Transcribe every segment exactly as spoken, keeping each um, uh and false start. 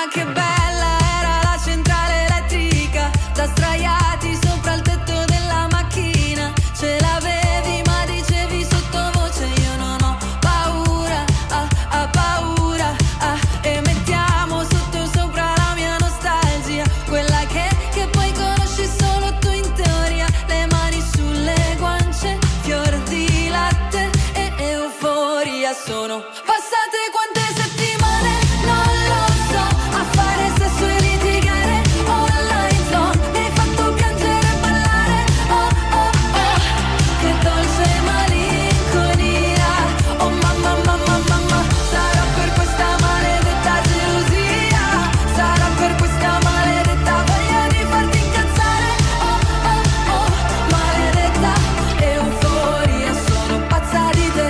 ma che bella era la centrale elettrica, da straiati sopra il tetto della macchina. Ce l'avevi ma dicevi sottovoce io non ho paura, ah, ah, paura, ah. E mettiamo sotto sopra la mia nostalgia, quella che, che poi conosci solo tu in teoria. Le mani sulle guance, fior di latte e euforia. Sono passate quante settimane, non lo so, a fare sesso e litigare online zone. Mi hai fatto piangere e ballare, oh oh oh, che dolce malinconia. Oh mamma mamma mamma, sarà per questa maledetta gelosia, sarà per questa maledetta voglia di farti incazzare, oh oh oh, maledetta euforia. Sono pazza di te,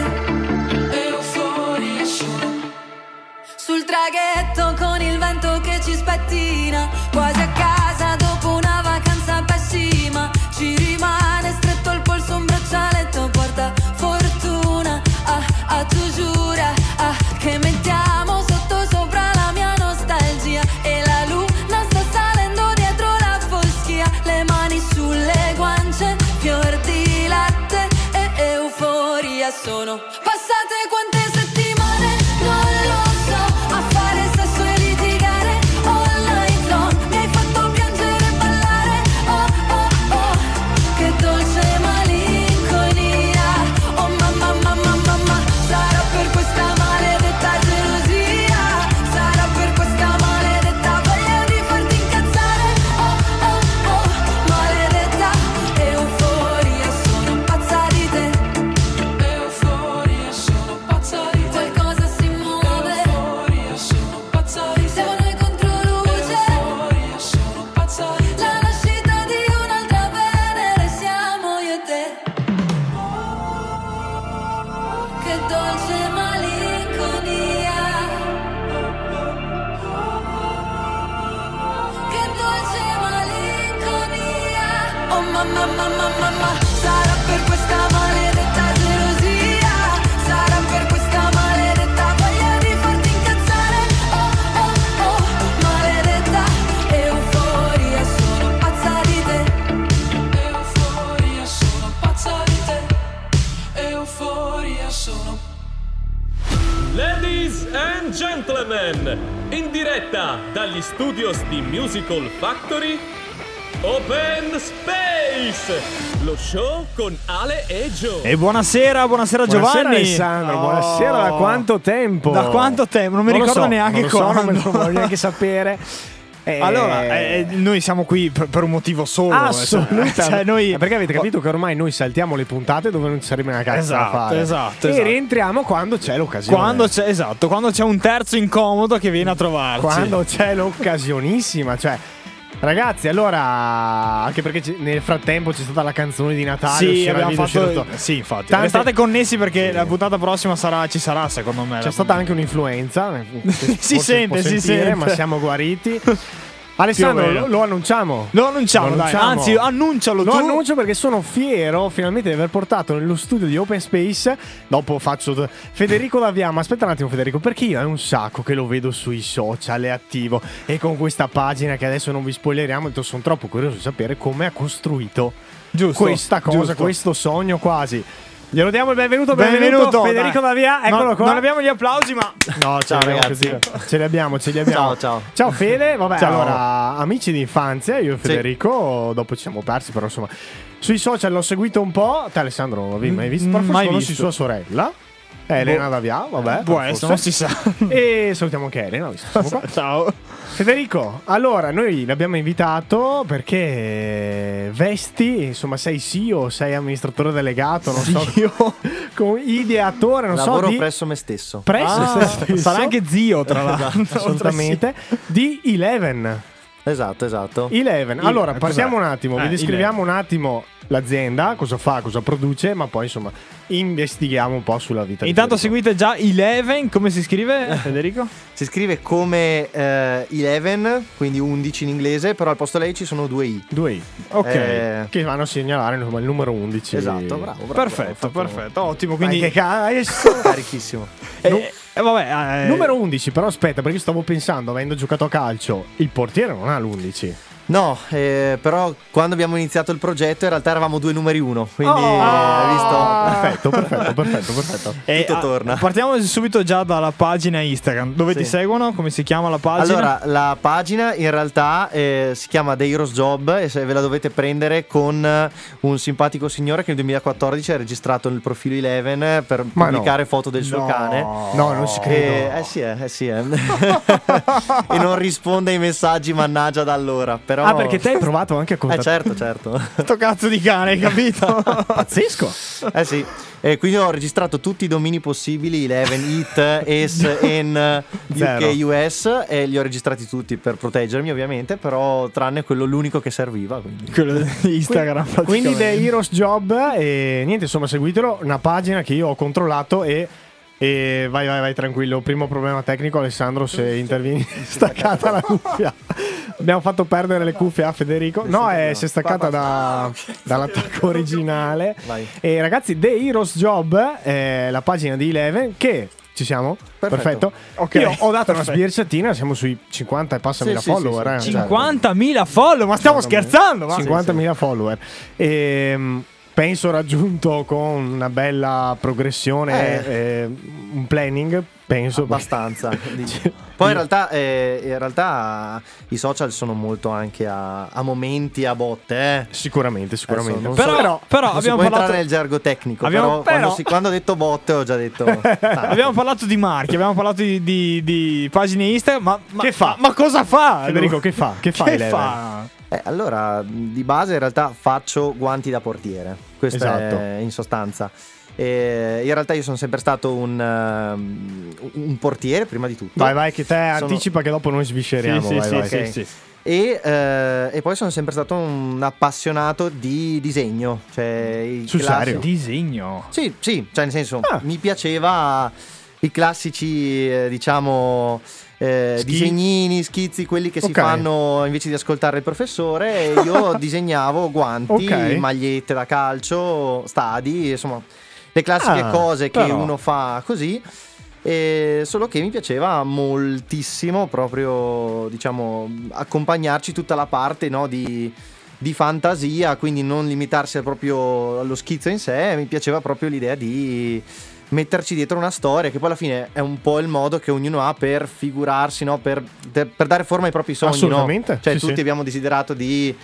euforia sono. Sul traghetto con il vento che ci spettina, quasi a casa dopo una vacanza pessima. Ci rimane stretto al polso un braccialetto porta fortuna, ah, ah, tu giura, ah, che mettiamo sotto sopra la mia nostalgia. E la luna sta salendo dietro la foschia. Le mani sulle guance, fior di latte e euforia. Sono passate quante settimane, non lo so, a fare sesso e litigare online zone. Mi hai fatto piangere e ballare, oh oh oh, che dolce malinconia. Oh mamma mamma mamma, sarà per questa maledetta gelosia, sarà per questa maledetta voglia di farti incazzare, oh oh oh, maledetta euforia. Sono pazza di te, euforia, sono pazza di te. Qualcosa si muove, euforia, sono pazza di te. Siamo noi contro luce, euforia, sono pazza di te. La nascita di un'altra Venere siamo io e te. Che dolce malinconia, che dolce malinconia. Oh mamma mamma mamma, sarà per questa maledetta gelosia, sarà per questa maledetta voglia di farti incazzare, oh oh oh, maledetta euforia. Sono pazza di te, euforia, sono pazza di te, euforia sono. Ladies and gentlemen, in diretta dagli studios di Musical Factory, Open Space, lo show con Ale e Gio. E buonasera, buonasera Giovanni. Buonasera Alessandro, Oh. buonasera, da quanto tempo? Da quanto tempo? Non mi Non lo ricordo so, neanche non lo so, quando. non me lo voglio neanche sapere. Eh, Allora, eh, noi siamo qui per, per un motivo solo. assolutamente. Cioè, noi... Eh, perché avete capito che ormai noi saltiamo le puntate dove non ci sarebbe una cazzo Esatto, da fare. esatto, E esatto. rientriamo quando c'è l'occasione. Quando c'è, esatto, quando c'è un terzo incomodo che viene a trovarci. Quando c'è l'occasionissima, cioè. Ragazzi, allora, anche perché c- nel frattempo c'è stata la canzone di Natale. Sì, uscirà il abbiamo video, fatto. uscirà tutto. Sì, infatti. Tante- Restate connessi perché la puntata prossima sarà, ci sarà, secondo me. C'è stata anche un'influenza. Si sente, si sente. Ma siamo guariti. Alessandro, Più o lo, meno. lo annunciamo. Lo annunciamo, Lo dai. annunciamo. Anzi, annuncialo Lo tu. annuncio perché sono fiero finalmente di aver portato nello studio di Open Space. Dopo faccio Federico D'Avia. Ma aspetta un attimo, Federico, perché io è un sacco che lo vedo sui social, è attivo. E con questa pagina che adesso non vi spoileriamo, sono troppo curioso di sapere come ha costruito Giusto, questa cosa, giusto. questo sogno quasi. Glielo diamo il benvenuto, benvenuto, Benvenuto, Federico dai. D'Avia, eccolo No, qua. Non abbiamo gli applausi, ma No, Ciao, ce li abbiamo ragazzi. così. Ce li abbiamo, ce li abbiamo. Ciao, ciao. Ciao Fede, vabbè, Ciao. allora, amici di infanzia, io e Sì. Federico, dopo ci siamo persi, però insomma, sui social l'ho seguito un po'. Te Alessandro non l'avevi mai visto? Mm, Però forse mai conosci visto. sua sorella, Elena D'Avia, vabbè. può forse. essere, non si sa. E salutiamo anche Elena, visto che siamo qua. Ciao. Federico, allora noi l'abbiamo invitato perché vesti, insomma, sei C E O, sei amministratore delegato, non so, come ideatore, non Lavoro so, di presso me stesso. presso Ah, se stesso. sarà anche zio, tra l'altro. Assolutamente. Di Eleven. Esatto, esatto. Eleven. Il- Allora, cos'è? partiamo un attimo, vi Eh, descriviamo un attimo l'azienda, cosa fa, cosa produce, ma poi insomma investighiamo un po' sulla vita. Intanto di Federico. seguite già Eleven, come si scrive, Federico? Si scrive come eh, eleven, quindi undici in inglese, però al posto lei ci sono due i. Due I. Ok. Eh, Che vanno a segnalare insomma, il numero undici. Esatto, bravo, bravo. perfetto, Ho fatto- perfetto, ottimo. Quindi Quindi che cazzo. Carichissimo. eh, E vabbè, eh, Numero undici, però aspetta, perché stavo pensando, avendo giocato a calcio, il portiere non ha l'undici. No, eh, però quando abbiamo iniziato il progetto in realtà eravamo due numeri uno, quindi Oh, hai visto? Perfetto, perfetto, perfetto, perfetto. E, Tutto ah, torna. Partiamo subito già dalla pagina Instagram. Dove Sì. ti seguono? Come si chiama la pagina? Allora, la pagina in realtà eh, si chiama The Heroes Job e se ve la dovete prendere con eh, un simpatico signore che nel duemilaquatordici ha registrato il profilo Eleven per Ma pubblicare no. foto del suo No. cane. No, non ci credo. Eh, eh sì, eh, eh sì, eh. E non risponde ai messaggi, mannaggia, da allora. Però... Ah, perché te hai provato anche a Eh contattare. certo, certo. Sto cazzo di cane, hai capito? Pazzesco. Eh sì. E quindi ho registrato tutti i domini possibili, Eleven, It, S, N, U Zero. K, U S, e li ho registrati tutti per proteggermi ovviamente, però tranne quello l'unico che serviva. Quindi. Quello di Instagram. Quindi The praticamente. Heroes Job e niente, insomma, seguitelo, una pagina che io ho controllato e e vai vai vai tranquillo, primo problema tecnico, Alessandro, se intervieni, staccata la cuffia. Abbiamo fatto perdere le cuffie a Federico. No, è, si è staccata da, dall'attacco originale. Vai. E ragazzi, The Heroes Job è la pagina di Eleven che ci siamo? Perfetto. Ok, Io ho dato una perfetto. sbirciatina, siamo sui cinquanta e passa Sì, mila sì, follower. sì, eh. sì. cinquantamila follower, ma stiamo scherzando? Ma... cinquantamila follower. E penso raggiunto con una bella progressione, Eh. eh, un planning, penso. Abbastanza. Dici. Poi in realtà, eh, in realtà i social sono molto anche a, a momenti, a botte. Eh. Sicuramente, sicuramente. Adesso non Però, so- però, però non si abbiamo può parlato... entrare nel gergo tecnico, Abbiamo- però, però- Quando, si- quando ho detto botte ho già detto... tanto. Abbiamo parlato di marchi, abbiamo parlato di, di, di pagine Instagram, ma, ma- Che fa? Ma, ma cosa fa? Federico, che fa? Che fa Che Eleven? fa? Eh, allora, di base in realtà faccio guanti da portiere. Questo Esatto. è in sostanza. E in realtà io sono sempre stato un, um, un portiere prima di tutto. Vai, vai, che te Sono- anticipa che dopo noi svisceriamo. Sì, sì, vai, sì, vai. sì, Ok. sì. E, eh, e poi sono sempre stato un appassionato di disegno. Cioè, i Sul classi- serio? Disegno. Sì, sì, cioè nel senso, Ah. mi piaceva i classici, eh, diciamo, eh, Schi- disegnini, schizzi, quelli che si Ok. fanno invece di ascoltare il professore. E io disegnavo guanti, Ok. magliette da calcio, stadi, insomma, le classiche Ah, cose che però. uno fa così. E solo che mi piaceva moltissimo proprio, diciamo, accompagnarci tutta la parte, no, di, di fantasia, quindi non limitarsi proprio allo schizzo in sé. Mi piaceva proprio l'idea di metterci dietro una storia, che poi alla fine è un po' il modo che ognuno ha per figurarsi, no, per, per per dare forma ai propri sogni, Assolutamente, no? Cioè sì, tutti sì. abbiamo desiderato di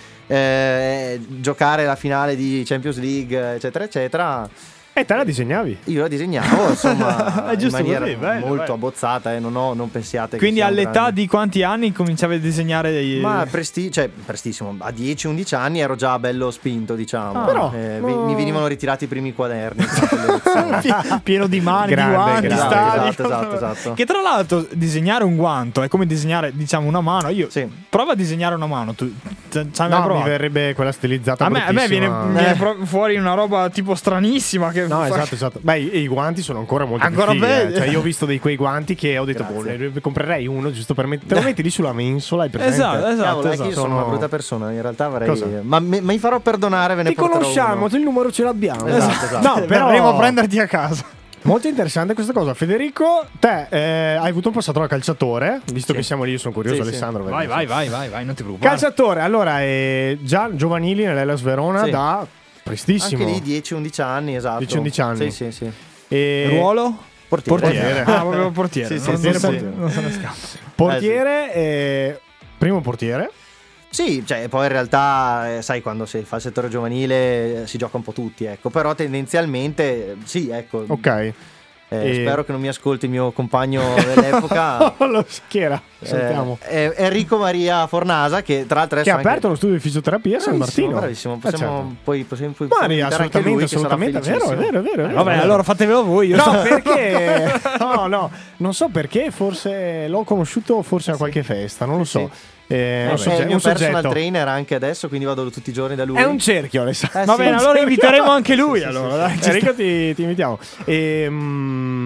eh, giocare la finale di Champions League, eccetera eccetera. E te la disegnavi? Io la disegnavo, insomma, È giusto in maniera così, bello, molto bello. abbozzata, e non, ho, non pensiate Quindi che sia un all'età grande- di quanti anni cominciavi a disegnare dei... Ma presti- cioè, prestissimo, a dieci undici anni ero già bello spinto, diciamo. Ah. Però, Eh, vi- no. mi venivano ritirati i primi quaderni durante le lezioni. pieno di mani, Grande, di guanti, grande. stadi. Esatto, esatto, esatto. Che tra l'altro disegnare un guanto è come disegnare, diciamo, una mano. Io Sì. prova a disegnare una mano. Tu ci hai mai No, mi provato? verrebbe quella stilizzata A me, a me viene, bruttissima. viene Eh. proprio fuori una roba tipo stranissima. Che No, fa- esatto, esatto. Beh, i, i guanti sono ancora molto Ancora più fighi, belli. eh. Cioè, io ho visto dei quei guanti che ho detto, boh, Grazie. ne comprerei uno giusto per mettere. Te lo metti lì sulla mensola, hai presente? Esatto, esatto. Cavolo, è che esatto. io sono Sono- una brutta persona, in realtà avrei... Cosa? Ma me- mi farò perdonare, ve ne Ti porterò conosciamo, uno. il numero ce l'abbiamo. Esatto, esatto. No, però Verremo a prenderti a casa. molto interessante questa cosa. Federico, te eh, hai avuto un passato da calciatore, visto Sì. che siamo lì, io sono curioso, Sì, sì. Alessandro. Vai, perché- vai, vai, vai, vai, non ti preoccupare. Calciatore, allora, è già giovanili nell'Hellas Verona Sì. da prestissimo. Anche lì dieci undici anni, esatto. dieci undici anni. Sì, sì, sì. E- Ruolo? Portiere. Portiere. Ah, proprio portiere. Sì, sì, non, sì, non sì. se, non se ne scappa. Portiere, eh, primo portiere. Sì, cioè poi in realtà, eh, sai, quando si fa il settore giovanile eh, si gioca un po' tutti, ecco. Però tendenzialmente eh, sì, ecco. Ok. Eh, E- Spero che non mi ascolti il mio compagno dell'epoca. Oh, lo chi era? eh, Sentiamo. è Enrico Maria Fornasa, che tra l'altro Che ha adesso aperto lo studio di fisioterapia a San bravissimo, Martino. bravissimo. Eh, Possiamo, certo. poi possiamo, poi Maria, invitare anche assolutamente, lui, che sarà assolutamente, è vero, è felicissimo. vero, è vero. è vero, Vabbè, è vero. allora fatevelo voi. Io No, sto- perché? No, no, non so perché, forse l'ho conosciuto forse a qualche festa, non lo so. Sì. Eh, un, Eh, sogge- è il mio un personal soggetto. trainer anche adesso, quindi vado tutti i giorni da lui. È un cerchio, Alessandro. Eh, Va sì, bene, un allora cerchio. inviteremo anche lui. Allora, dai, ci Enrico, ti, ti invitiamo. E, mm,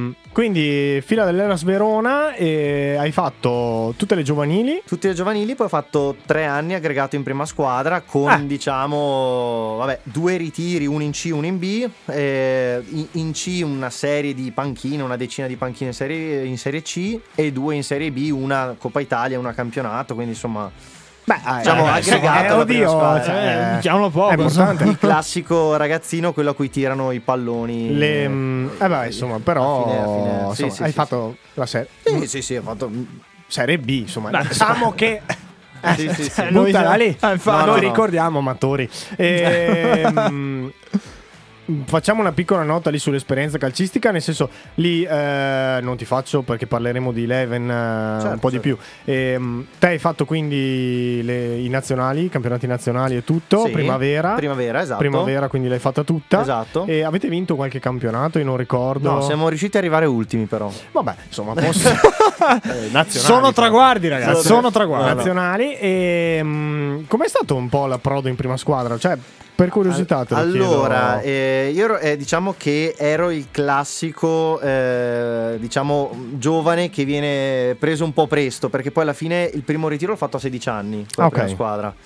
ehm, quindi fila dell'Hellas Verona, e hai fatto tutte le giovanili. Tutte le giovanili, poi ho fatto tre anni aggregato in prima squadra con Eh. diciamo vabbè, due ritiri, uno in C, uno in B. Eh, in, in C una serie di panchine, una decina di panchine in serie, in serie C, e due in serie B, una Coppa Italia e una campionato, quindi insomma Beh, diciamo eh, aggregato eh, alla prima oddio, squadra. cioè, Eh, diciamolo poco, è importante. Il classico ragazzino, quello a cui tirano i palloni. Le, mm, eh beh, insomma, però a fine- a fine- sì, insomma, sì, hai sì, fatto la serie Sì, sì, sì, ho fatto. serie B, insomma. Diciamo che Sì, sì, sì. Eh, noi buttala siamo- lì. Eh, infatti. No, No, noi no, no. ricordiamo amatori. Ehm, Facciamo una piccola nota lì sull'esperienza calcistica, nel senso lì eh, non ti faccio perché parleremo di Eleven eh, un Certo, po' di certo. più. Ehm, te hai fatto quindi le- i nazionali, i campionati nazionali e tutto, Sì, primavera. Primavera, esatto. Primavera, quindi l'hai fatta tutta. Esatto. E avete vinto qualche campionato? Io non ricordo. No, siamo riusciti ad arrivare ultimi, però. Vabbè, insomma, posso... eh, nazionali, Sono però. traguardi, ragazzi. Sono- Sono traguardi. Nazionali. E mm, com'è stato un po' l'approdo in prima squadra? Cioè, per curiosità te lo Allora, chiedo. eh, io ero- eh, diciamo che ero il classico, eh, diciamo, giovane che viene preso un po' presto, perché poi alla fine il primo ritiro l'ho fatto a sedici anni con la Ok. prima squadra.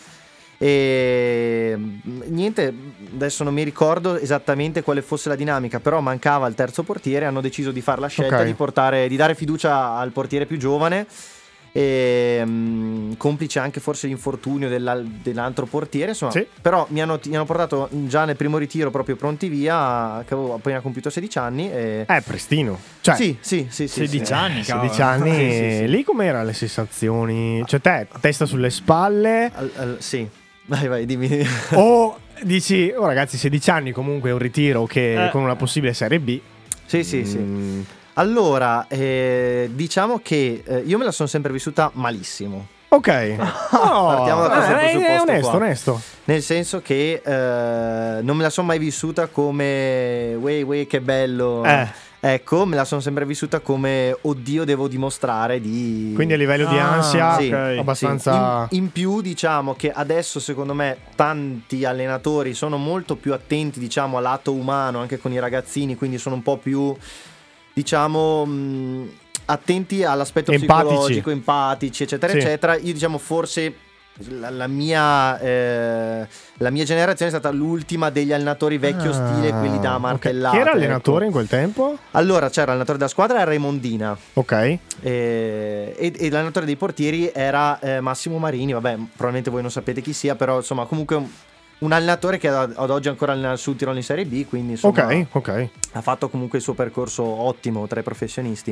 E mh, niente, adesso non mi ricordo esattamente quale fosse la dinamica, però mancava il terzo portiere, hanno deciso di fare la scelta Ok. di portare, di dare fiducia al portiere più giovane. E, mh, complice anche forse l'infortunio della- dell'altro portiere, insomma, Sì. però mi hanno, mi hanno portato già nel primo ritiro proprio pronti via, che avevo appena compiuto sedici anni. E... Eh, prestino. Cioè, sì, sì, sì, sì, sedici sì. anni, cavolo. sedici anni. Sì, sì, sì. Lì com'erano le sensazioni? Cioè, te, testa sulle spalle. Al- al- sì, vai, vai, dimmi. O dici, oh ragazzi, sedici anni comunque è un ritiro che Eh. con una possibile serie B. Sì, sì, sì. mm, Allora, eh, diciamo che eh, io me la sono sempre vissuta malissimo. Ok. Partiamo da questo eh, è presupposto onesto, qua. onesto. Nel senso che eh, non me la sono mai vissuta come wey wey che bello. Eh. Ecco, me la sono sempre vissuta come oddio devo dimostrare di... Quindi a livello di Ah, ansia, sì, abbastanza. sì. In, in più diciamo che adesso secondo me tanti allenatori sono molto più attenti diciamo al lato umano anche con i ragazzini, quindi sono un po' più diciamo mh, attenti all'aspetto Empatici. psicologico, empatici eccetera Sì. eccetera. Io diciamo forse la, la mia eh, la mia generazione è stata l'ultima degli allenatori vecchio Ah, stile, quelli da ok. martellate. Chi era allenatore ecco. in quel tempo? Allora c'era l'allenatore della squadra, era Raimondina. Ok. Eh, e, e l'allenatore dei portieri era eh, Massimo Marini. Vabbè, probabilmente voi non sapete chi sia, però insomma, comunque un, un allenatore che ad, ad oggi ancora allena sul Tirolo in Serie B. Quindi insomma, Ok, ok. ha fatto comunque il suo percorso ottimo tra i professionisti.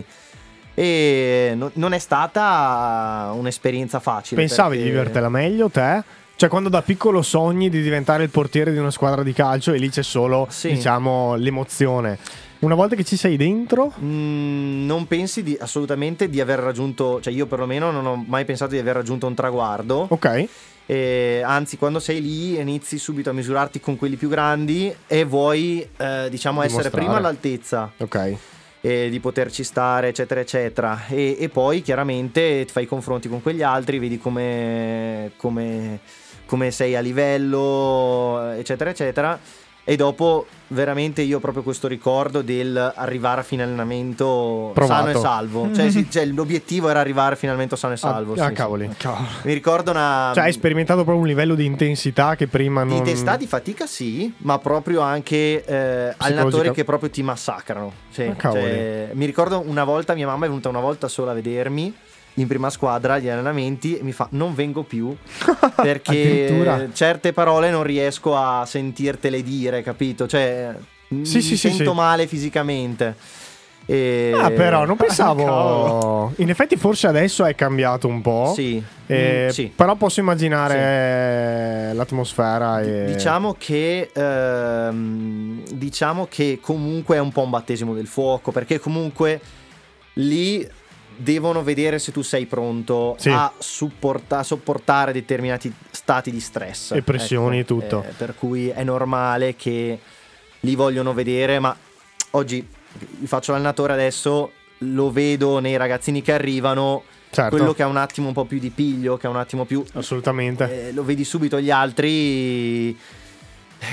E no- non è stata un'esperienza facile. Pensavi perché- di vivertela meglio te? Cioè, quando da piccolo sogni di diventare il portiere di una squadra di calcio e lì c'è solo, Sì. diciamo, l'emozione. Una volta che ci sei dentro, Mm, non pensi di, assolutamente di aver raggiunto, cioè io perlomeno non ho mai pensato di aver raggiunto un traguardo. ok. E anzi, quando sei lì inizi subito a misurarti con quelli più grandi e vuoi eh, diciamo essere Dimostrare. prima all'altezza Ok. e di poterci stare eccetera eccetera e, e poi chiaramente ti fai i confronti con quegli altri, vedi come, come, come sei a livello eccetera eccetera. E dopo veramente io ho proprio questo ricordo del arrivare a fine allenamento Provato. sano e salvo. Cioè, sì, cioè, l'obiettivo era arrivare finalmente sano e salvo. Ah, ah, sì, cavoli. sì. Mi ricordo una Cioè, hai sperimentato proprio un livello di intensità che prima di non... intensità, di fatica sì, ma proprio anche eh, allenatori che proprio ti massacrano. Sì, Ah, cavoli. cioè, mi ricordo una volta mia mamma è venuta una volta sola a vedermi in prima squadra agli allenamenti e mi fa non vengo più perché Addirittura. certe parole non riesco a sentirtele dire, capito? Cioè Sì, mi sì, sì, sento sì. male fisicamente. E... Ah, però non pensavo. Cavolo. In effetti, forse adesso è cambiato un po'. Sì, Eh, mm, sì. Però posso immaginare l'atmosfera. E... Diciamo che ehm, diciamo che comunque è un po' un battesimo del fuoco, perché comunque lì devono vedere se tu sei pronto Sì. a supporta- sopportare determinati stati di stress E pressioni ecco. e tutto. Eh, per cui è normale che li vogliono vedere, ma oggi vi faccio l'allenatore adesso, lo vedo nei ragazzini che arrivano, Certo. quello che ha un attimo un po' più di piglio, che ha un attimo più Assolutamente. eh, lo vedi subito gli altri eh,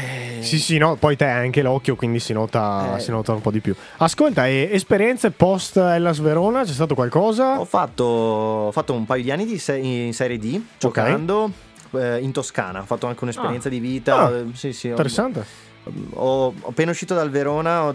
Sì, sì, no, poi te hai anche l'occhio, quindi si nota, Eh. si nota un po' di più. Ascolta, e esperienze post Hellas Verona, c'è stato qualcosa? Ho fatto, ho fatto un paio di anni di se- in Serie D giocando eh, in Toscana. Ho fatto anche un'esperienza Ah. di vita. Ah. eh, sì, sì, ho- Interessante. Ho, ho appena uscito dal Verona, ho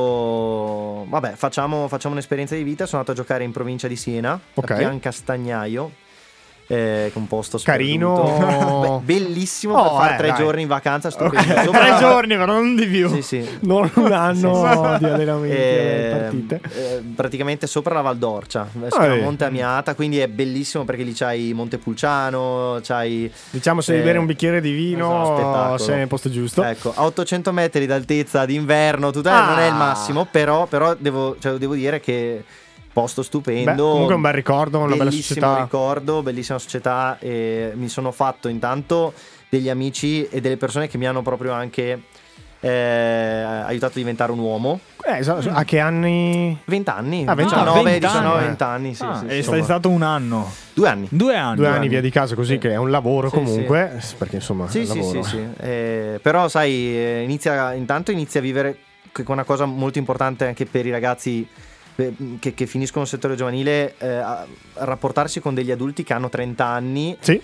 detto vabbè, facciamo, facciamo un'esperienza di vita. Sono andato a giocare in provincia di Siena, Ok. a Piancastagnaio, eh, che è un posto Carino. sperduto. Beh, bellissimo Oh, per fare eh, tre dai. giorni in vacanza. Ok, stupendo. tre Sopra- giorni, però non di più. Sì, sì. Non un anno di allenamenti e Eh, partite. eh, praticamente sopra la Val d'Orcia, si Ah, chiama eh. Monte Amiata, quindi è bellissimo perché lì c'hai Montepulciano, c'hai Diciamo, se devi eh, bere un bicchiere di vino, esatto, spettacolo. sei nel posto giusto. Ecco, a ottocento metri d'altezza d'inverno, tutto, eh, Ah. non è il massimo, però, però devo, cioè, devo dire che posto stupendo. Beh, comunque è un bel ricordo, una bella bellissimo società. ricordo, bellissima società, e mi sono fatto intanto degli amici e delle persone che mi hanno proprio anche eh, aiutato a diventare un uomo. Eh, esatto, a che anni? venti anni, Ah, venti diciannove, anni. diciannove, Ah, venti anni, sì, Ah, sì, e sì, sei insomma. stato un anno. Due anni. Due anni. Due anni anni. via di casa, così Sì. che è un lavoro Sì, comunque, perché insomma è Sì, un sì, lavoro. sì, sì. Eh, però sai, eh, inizia, intanto inizia a vivere che- con una cosa molto importante anche per i ragazzi eh, che, che finiscono il settore giovanile, eh, a a rapportarsi con degli adulti che hanno trenta anni Sì.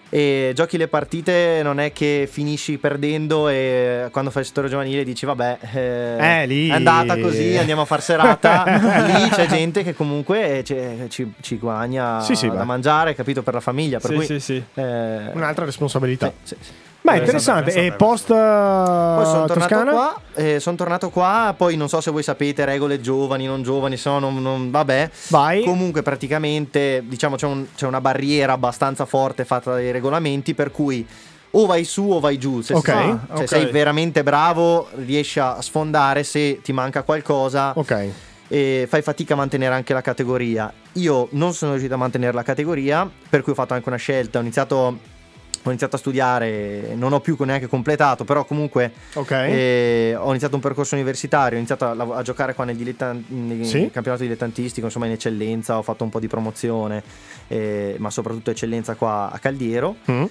e giochi le partite, non è che finisci perdendo e quando fai il settore giovanile dici vabbè, eh, Eh, lì- è andata così, andiamo a far serata. Lì c'è gente che comunque eh, c'è- ci, ci guadagna Sì, sì, da beh. mangiare, capito, per la famiglia, per Sì, cui sì, sì. eh, Un'altra responsabilità. sì, sì, sì. Beh, Eh, interessante. pensate, E pensate. post Poi sono tornato Toscana? qua, eh, sono tornato qua, poi non so se voi sapete regole giovani, non giovani, se no non, non- vabbè. Vai. Comunque praticamente diciamo c'è, un- c'è una barriera abbastanza forte fatta dai regolamenti per cui o vai su o vai giù. Se, Ok. se- Ah, se ok. sei veramente bravo riesci a sfondare, se ti manca qualcosa Ok. e fai fatica a mantenere anche la categoria. Io non sono riuscito a mantenere la categoria, per cui ho fatto anche una scelta, ho iniziato... Ho iniziato a studiare, non ho più neanche completato, però comunque Ok. eh, ho iniziato un percorso universitario, ho iniziato a, lav- a giocare qua nel, dilettan- nel Sì. campionato dilettantistico, insomma in eccellenza, ho fatto un po' di promozione, eh, ma soprattutto eccellenza qua a Caldiero. Mm.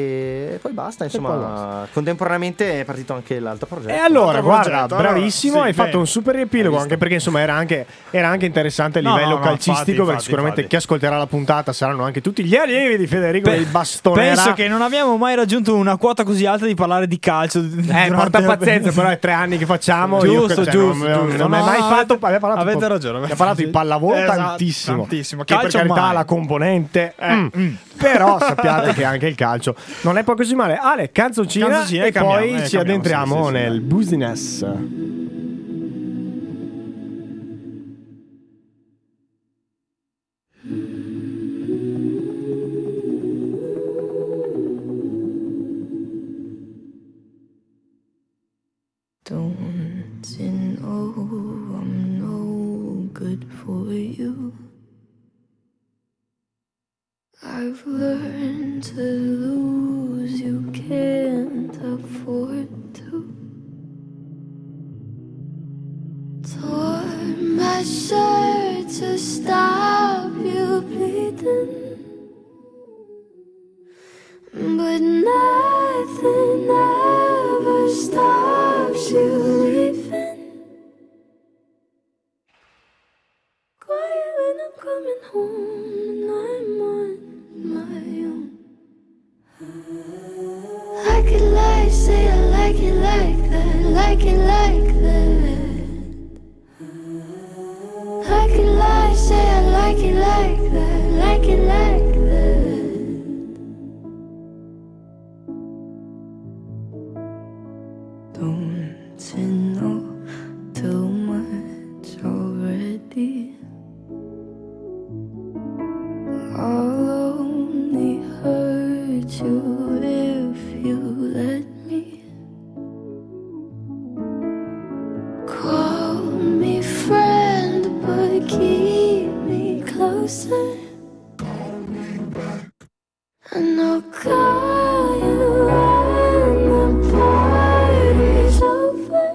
E poi basta, insomma, poi basta. contemporaneamente è partito anche l'altro progetto. E allora, Altro guarda, progetto, allora, bravissimo, sì, hai fatto bene. un super riepilogo, Hai visto? anche perché insomma era anche, era anche interessante a No, livello no, no, calcistico, infatti, perché infatti, sicuramente infatti. chi ascolterà la puntata saranno anche tutti gli allievi di Federico Pe- del bastonerà. Penso che non abbiamo mai raggiunto una quota così alta di parlare di calcio. Eh, porta pazienza, però è tre anni che facciamo. io, Giusto, cioè, giusto, non, giusto. Non, non No, mai no, fatto. avete- abbiamo parlato avete un po'- ragione, Abbiamo avete- parlato di pallavolo Esatto, tantissimo. tantissimo. Che per Calcio carità mai. la componente. eh, Mm, mm. Però sappiate che anche il calcio non è poi così male. Ale, canzoncina, Canzoncina e e cambiamo, poi eh, ci cambiamo, addentriamo sì, sì, sì, nel dai. business. Don't you know I'm no good for you? I've learned to lose, you can't afford to. Tore my shirt to stop you bleeding, but nothing ever stops you leaving. Quiet when I'm coming home and I'm on my own. Like it like, say I like it like that, like it like that. Like it like, say I like it like that, like it like that. Don't you know too much already? I'll only hurt you if you let me. Call me friend, but keep me closer. And I'll call you when the party's over.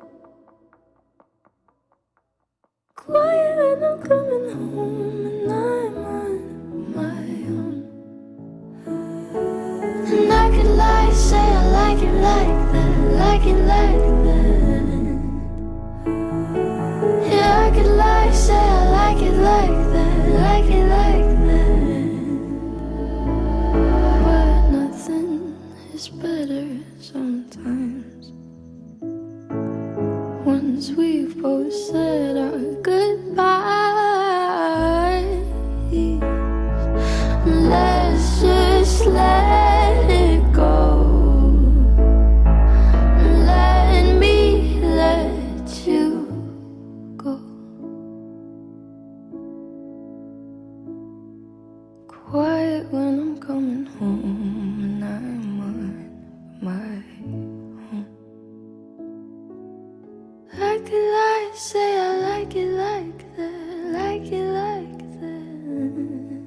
Quiet when I'm coming home and I'm on my own. And I could lie, say I like like it like that, like it like that. Yeah, I could like say I like it like that, like it like that. But nothing is better sometimes. Once we've both said our goodbyes, let's just let it go. Let me let you go. Quiet when I'm coming home and I'm on my own. I could lie, say I like it like that, like it like that.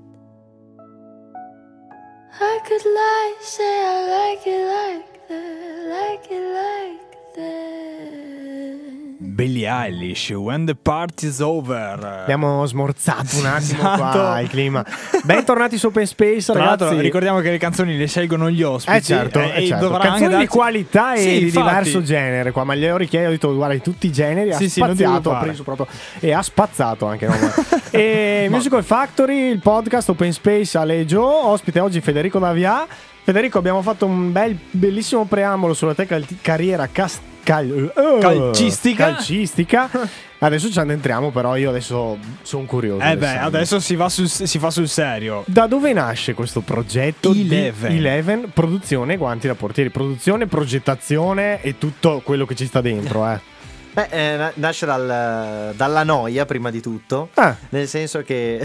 I could lie, say I like it like that, like it like that. Billie Eilish, When the Party's Over. Abbiamo smorzato un attimo Esatto. qua il clima. Bentornati su Open Space, Tra l'altro, ragazzi. ricordiamo che le canzoni le scelgono gli ospiti. Eh certo, eh, eh, e certo. dovrà Canzoni anche di darci- qualità e Sì, di infatti. diverso genere qua. Ma gli ho richiesto, ho detto guarda di tutti i generi, Sì, ha sì, non ti spaziato, ha preoccupare. preso proprio e ha spazzato anche. No? E Musical Factory, il podcast Open Space Aleggio, ospite oggi Federico D'Avia. Federico, abbiamo fatto un bel bellissimo preambolo sulla tua cal- carriera cas- cal- uh, Calcistica. calcistica. Adesso ci addentriamo, però io adesso sono curioso. Eh beh, Alessandro. adesso si va sul, si fa sul serio. Da dove nasce questo progetto Eleven. di Eleven? Produzione, guanti da portieri, produzione, progettazione e tutto quello che ci sta dentro, eh. Beh, eh, na- nasce dal- dalla noia prima di tutto, Ah. nel senso che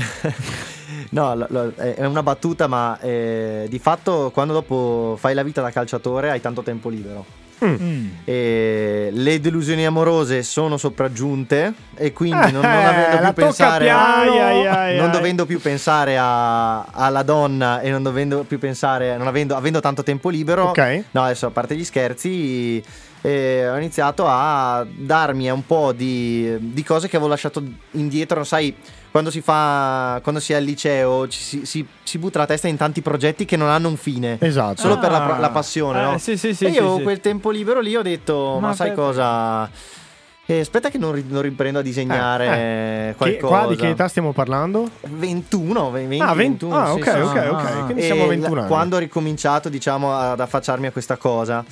no, lo- lo- è una battuta, ma eh, di fatto quando dopo fai la vita da calciatore hai tanto tempo libero. Mm. E le delusioni amorose sono sopraggiunte e quindi non, non Eh, avendo la più tocca pensare piano. a, Ai, ai, non ai. dovendo più pensare a- alla donna e non dovendo più pensare non avendo, avendo tanto tempo libero, Ok. no, adesso a parte gli scherzi, eh, ho iniziato a darmi un po' di, di cose che avevo lasciato indietro. Sai, quando si fa quando si è al liceo ci si, si, si butta la testa in tanti progetti che non hanno un fine, Esatto. solo per la, Ah. la passione, Eh, no? sì, sì, sì, e io sì, avevo sì. quel tempo libero lì, ho detto ma, Ma sai per- cosa, Eh, aspetta che non, ri- non riprendo a disegnare Eh, Che, qualcosa. qua di che età stiamo parlando? ventuno, venti, Ah, venti ventuno, ah, sì, ok, sì, ok, sì. ok. Ah. Quindi E siamo a la- ventuno anni. quando ho ricominciato, diciamo, ad affacciarmi a questa cosa.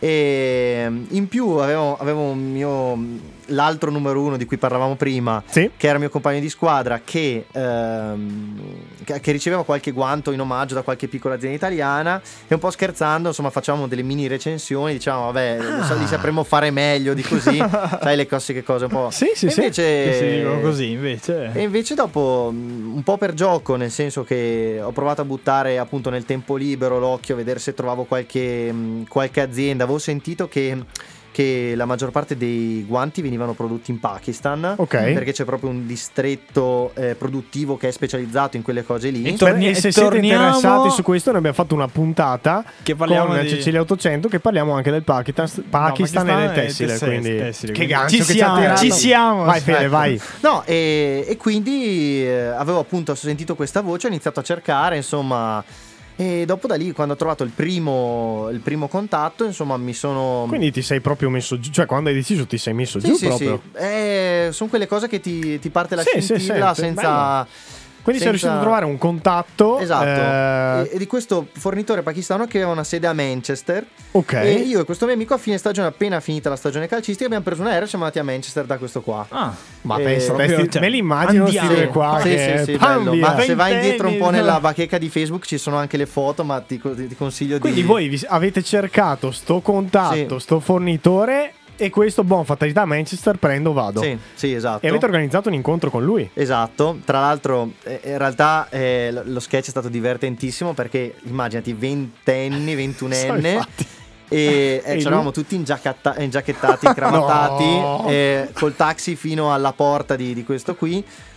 E in più avevo, avevo un mio l'altro numero uno di cui parlavamo prima, Sì. che era il mio compagno di squadra, che, ehm, che, che riceveva qualche guanto in omaggio da qualche piccola azienda italiana, e un po' scherzando, insomma, facciamo delle mini recensioni, diciamo, vabbè, Ah. li sapremo fare meglio di così, sai, le classiche cose un po'. Sì, sì, E sì. invece, Che si dicono così invece. e invece dopo, mh, un po' per gioco, nel senso che ho provato a buttare appunto nel tempo libero l'occhio a vedere se trovavo qualche, mh, qualche azienda. Avevo sentito che, che la maggior parte dei guanti venivano prodotti in Pakistan, Ok. perché c'è proprio un distretto eh, produttivo che è specializzato in quelle cose lì. E torni- e se e siete torniamo- interessati su questo, noi abbiamo fatto una puntata Che parliamo con di- Cecilia ottocento, che parliamo anche del Pakistan, Pakistan, Pakistan e del e tessile, tessile, quindi tessile, che quindi gancio ci che ci siamo, ha tirato. ci siamo. Vai Fede, Ecco. vai. No, e, e quindi eh, avevo appunto sentito questa voce, ho iniziato a cercare, insomma, e dopo da lì, quando ho trovato il primo, il primo contatto, insomma, mi sono... Quindi ti sei proprio messo giù, cioè quando hai deciso ti sei messo Sì, giù sì, proprio. sì. Eh, sono quelle cose che ti, ti parte la Sì, sì, scintilla sì, senza... Quindi sei senza- riuscito a trovare un contatto. Esatto. eh, E, e di questo fornitore pakistano che aveva una sede a Manchester. ok. E io e questo mio amico a fine stagione, appena finita la stagione calcistica, abbiamo preso un aereo e siamo andati a Manchester da questo qua. Ah, Ma eh, pensa, proprio, te, sti- cioè, me li immagino andiamo. stile qua Sì, che sì, sì, pam, bello. via. Ma se vai indietro un po' ventenni, nella bacheca di Facebook ci sono anche le foto, ma ti, ti consiglio Quindi di... voi vi- avete cercato sto contatto, Sì. sto fornitore, e questo, buon fatalità a Manchester, prendo, vado. Sì, sì, esatto. E avete organizzato un incontro con lui. Esatto, tra l'altro eh, in realtà eh, lo- lo sketch è stato divertentissimo perché immaginati ventenni, So, ventunenne infatti. e, E eh, lui? c'eravamo tutti ingiacchetta- ingiacchettati, incravattati, No. eh, col taxi fino alla porta di, di questo qui,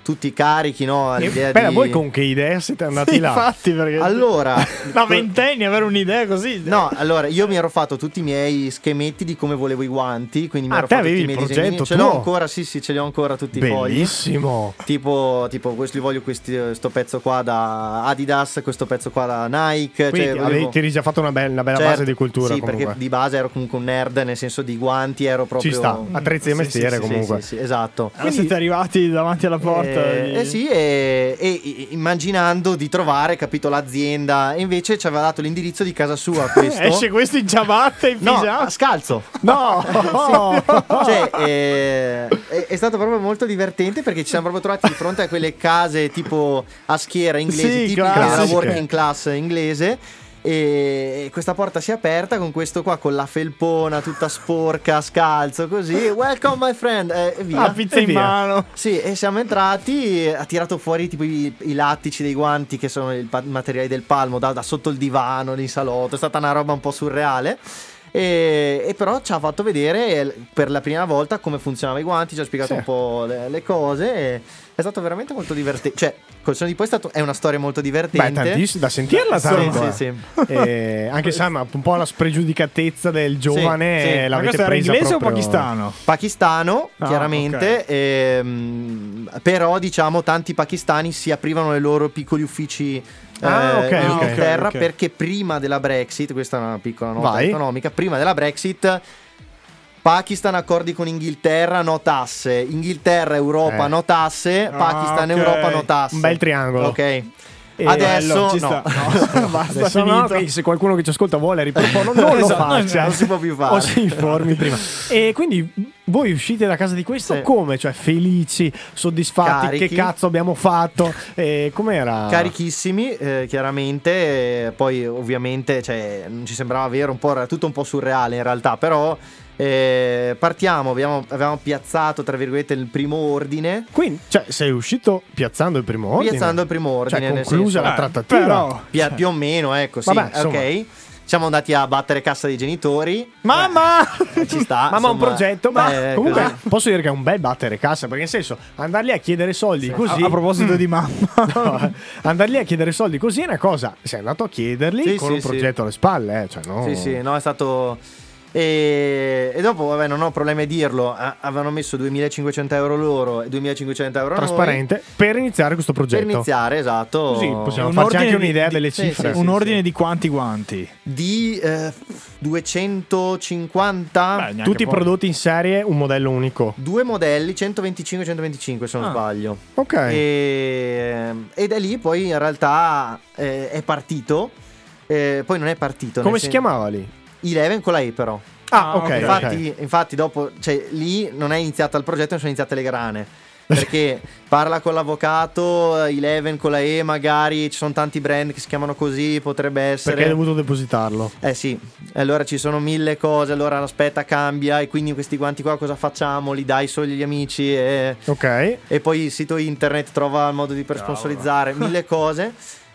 tutti carichi, no? All'idea Beh, di... voi con che idea siete andati Sì, là? infatti, perché Allora, da ventenni avere un'idea così. no, allora io mi ero fatto tutti i miei schemetti di come volevo i guanti, quindi mi Ah, ero te fatto avevi tutti i miei il progetto disegnini. Ce l'ho tuo? ancora, sì, sì, ce li ho ancora tutti i fogli. Bellissimo. Tipo, tipo questo li voglio questi, questo pezzo qua da Adidas, questo pezzo qua da Nike. Quindi cioè, avevi- volevo- ti eri già fatto una bella, una bella Certo, base di cultura sì, comunque. perché di base ero comunque un nerd, nel senso di guanti ero proprio... Ci sta, attrezzi di Sì, mestiere sì, sì, comunque. sì, sì, esatto. Allora siete arrivati davanti alla porta. Eh, di- eh sì, e, e immaginando di trovare, capito, l'azienda, e invece ci aveva dato l'indirizzo di casa sua questo. Esce questo in ciabatte, in No, pigiama. scalzo. No! Cioè, eh, è, è stato proprio molto divertente perché ci siamo proprio trovati di fronte a quelle case tipo a schiera inglesi, Sì, tipiche della classiche. working class inglese. E questa porta si è aperta con questo qua con la felpona tutta sporca, scalzo, così. Welcome my friend, e e via. La pizza E in via. mano. Sì, e siamo entrati, ha tirato fuori tipo i, i lattici dei guanti che sono il pa- materiali del palmo da, da sotto il divano, lì in salotto, è stata una roba un po' surreale. E, e però ci ha fatto vedere per la prima volta come funzionavano i guanti, ci ha spiegato Sì. un po' le, le cose e è stato veramente molto divertente. Cioè, col senno di poi è, stato, è una storia molto Beh, divertente. tantissimo, da sentirla Sì, tanto. sì, eh. sì. Eh, anche se ma un po' la spregiudicatezza del giovane sì. Ma eh, Ma l'avete questo era presa inglese proprio... o pakistano? Pakistano, Ah, chiaramente, ehm, però diciamo tanti pakistani si aprivano ai loro piccoli uffici Ah, ok, in ok, Inghilterra ok, ok. perché prima della Brexit, questa è una piccola nota Vai. economica, prima della Brexit Pakistan accordi con Inghilterra, no tasse, Inghilterra, Europa, Eh. no tasse, Ah, Pakistan, ok. Europa, no tasse. Un bel triangolo. Ok. E Adesso bello, ci no. sta. No, basta, Adesso no, finito. che se qualcuno che ci ascolta vuole riproporlo, non lo Esatto, faccia. non si può più fare. O si informi prima. E quindi voi uscite da casa di questo Sì. come? Cioè felici, soddisfatti? Carichi. Che cazzo abbiamo fatto? E com'era? Carichissimi, eh, chiaramente. eh, Poi, ovviamente, cioè, non ci sembrava vero, un po', era tutto un po' surreale in realtà. Però eh, partiamo, abbiamo, avevamo piazzato, tra virgolette, il primo ordine. Quindi, cioè, sei uscito piazzando il primo ordine? Piazzando il primo ordine, Cioè, nel conclusa senso- la Eh, trattativa. però- Pia- più o meno, ecco, sì. Vabbè, insomma. Ok. Siamo andati a battere cassa dei genitori. Mamma! Eh, ci sta. Mamma, un insomma. progetto. Ma Eh, comunque così. posso dire che è un bel battere cassa. Perché, nel senso, andare lì a chiedere soldi così. A, a proposito di mamma. No, andare lì a chiedere soldi così è una cosa. Sei andato a chiederli Sì, con sì, un sì. progetto alle spalle, eh, cioè, no. Sì, sì, no, è stato. E, e dopo, vabbè, non ho problemi a dirlo. a- Avevano messo duemilacinquecento euro loro e duemilacinquecento euro a noi. Trasparente per iniziare questo Per progetto. iniziare, esatto. Così possiamo Un farci ordine anche di- un'idea di- delle sì, cifre. sì, Un ordine di quanti guanti? Di eh, duecentocinquanta. Beh, neanche Tutti i poco. prodotti in serie, un modello unico. Due modelli, centoventicinque e centoventicinque se non Ah. sbaglio. Ok. E, e da lì poi in realtà eh, è partito. Eh, poi non è partito. Come nel si sen- chiamava lì? Eleven con la E però. Ah, Ah, ok. ok. Infatti, ok. infatti dopo, cioè lì non è iniziato il progetto, non sono iniziate le grane. Perché parla con l'avvocato, Eleven con la E magari, ci sono tanti brand che si chiamano così, potrebbe essere. Perché hai dovuto depositarlo? Eh sì, allora ci sono mille cose, allora aspetta cambia e quindi questi guanti qua cosa facciamo? Li dai solo agli amici e, Ok. e poi il sito internet trova il modo di per sponsorizzare, mille cose.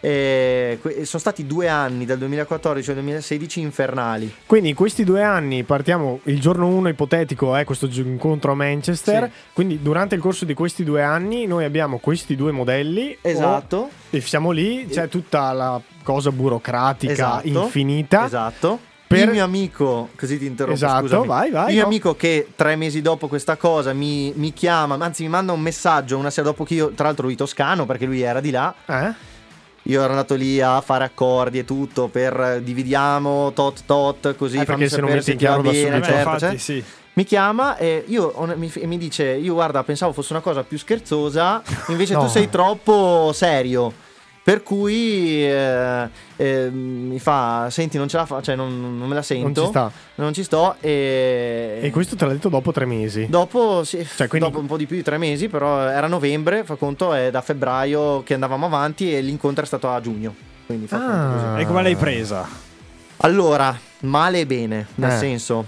E que- sono stati due anni, dal duemilaquattordici al duemilasedici, infernali. Quindi in questi due anni partiamo, il giorno uno ipotetico è questo gi- incontro a Manchester, Sì. quindi durante il corso di questi due anni noi abbiamo questi due modelli. Esatto. o- e siamo lì, c'è tutta la cosa burocratica Esatto. infinita. Esatto. Per- Il mio amico, così ti interrompo, Esatto, scusami. vai, vai, Il mio no. amico che tre mesi dopo questa cosa mi, mi chiama, anzi mi manda un messaggio una sera dopo che io, tra l'altro lui toscano perché lui era di là. Eh? Io ero andato lì a fare accordi e tutto per eh, dividiamo tot tot così Eh, perché fammi se non sapere metti se in ti va chiaro da bene, subito. Eh, certo, infatti, certo. sì. Mi chiama e io on- mi, e mi dice io guarda pensavo fosse una cosa più scherzosa invece No. tu sei troppo serio per cui eh, eh, mi fa senti non ce la fa cioè non, non me la sento Non ci sta. non ci sto e, E questo te l'ha detto dopo tre mesi. dopo, sì, Cioè, quindi- dopo un po' di più di tre mesi però era novembre fa conto è da febbraio che andavamo avanti e l'incontro è stato a giugno quindi fa conto così. Ah. E come l'hai presa? Allora, male e bene, nel Eh. senso,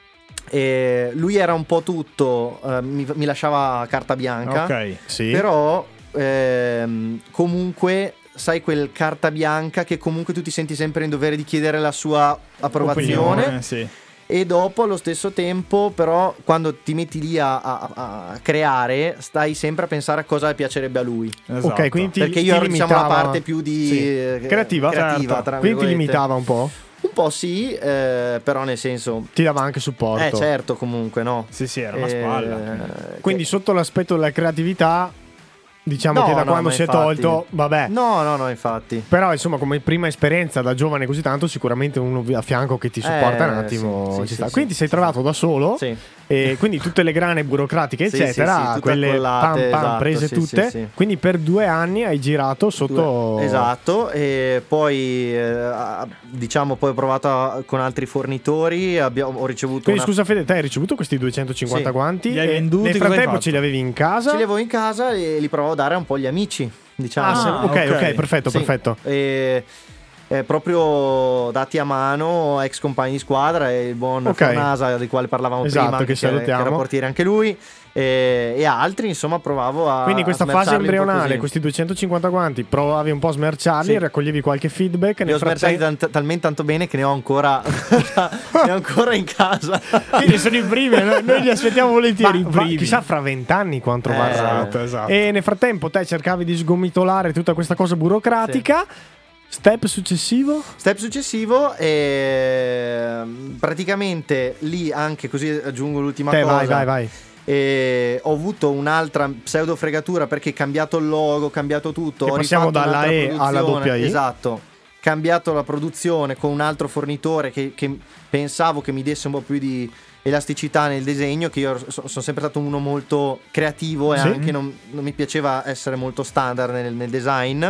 eh, lui era un po' tutto, eh, mi, mi lasciava carta bianca, Ok. Sì. però ehm, comunque sai quel carta bianca che comunque tu ti senti sempre in dovere di chiedere la sua approvazione Opinione, sì. E dopo allo stesso tempo però quando ti metti lì a, a, a creare stai sempre a pensare a cosa piacerebbe a lui. Esatto. Ok, quindi ti, Perché ti io ero limitava... diciamo la parte più di Sì. eh, creativa, creativa certo. tra Quindi ti virgolette. limitava un po'? Un po' sì, eh, però nel senso Ti dava anche supporto. eh certo comunque no. Sì, sì, era una Eh, spalla. Quindi che- sotto l'aspetto della creatività, diciamo No, che da no, quando ma si è infatti- tolto, vabbè. No, no, no, infatti. Però insomma come prima esperienza da giovane così tanto, sicuramente uno a fianco che ti supporta Eh, un attimo sì, sì, ci sì, sta. sì, Quindi ti sei sì, trovato da solo Sì. e quindi tutte le grane burocratiche Sì, eccetera, sì, sì, tutte quelle accollate, pam pam esatto, prese sì, tutte. sì, sì. Quindi per due anni hai girato sotto... Due- Esatto, e poi eh, diciamo poi ho provato a- con altri fornitori, abbiamo, ho ricevuto Quindi una... scusa Fede, te hai ricevuto questi duecentocinquanta Sì. guanti Li hai e venduti, nel cosa hai frattempo fatto? ce li avevi in casa? Ce li avevo in casa e li provavo a dare un po' agli amici, diciamo. Ah, se- Ah, ok, ok, ok. perfetto, Sì. perfetto. E, eh, proprio dati a mano, ex compagni di squadra e il buon Ok. Fornasa di quale parlavamo Esatto, prima, che che, salutiamo. che era portiere anche lui, e, e altri, insomma, provavo a Quindi in questa a fase smerciarli un po' embrionale, così. questi duecentocinquanta guanti, provavi un po' a smerciarli, Sì. raccoglievi qualche feedback. Li Nel ho smerciati frattempo... tant- talmente tanto bene che ne ho ancora ne ho ancora in casa. Quindi sono i primi, noi, noi li aspettiamo volentieri. Ma- i va- primi. Chissà fra vent'anni quanto Eh, varrà. esatto, esatto. E nel frattempo te cercavi di sgomitolare tutta questa cosa burocratica. Step successivo? Step successivo, ehm, praticamente lì anche così aggiungo l'ultima Te cosa. vai, vai, vai. E ho avuto un'altra pseudo fregatura perché ho cambiato il logo, ho cambiato tutto. Che ho passiamo rifatto dalla un'altra E alla produzione. doppia I. Esatto. Cambiato la produzione con un altro fornitore che, che pensavo che mi desse un po' più di elasticità nel disegno, che io so- sono sempre stato uno molto creativo e Sì. anche non, non mi piaceva essere molto standard nel, nel design.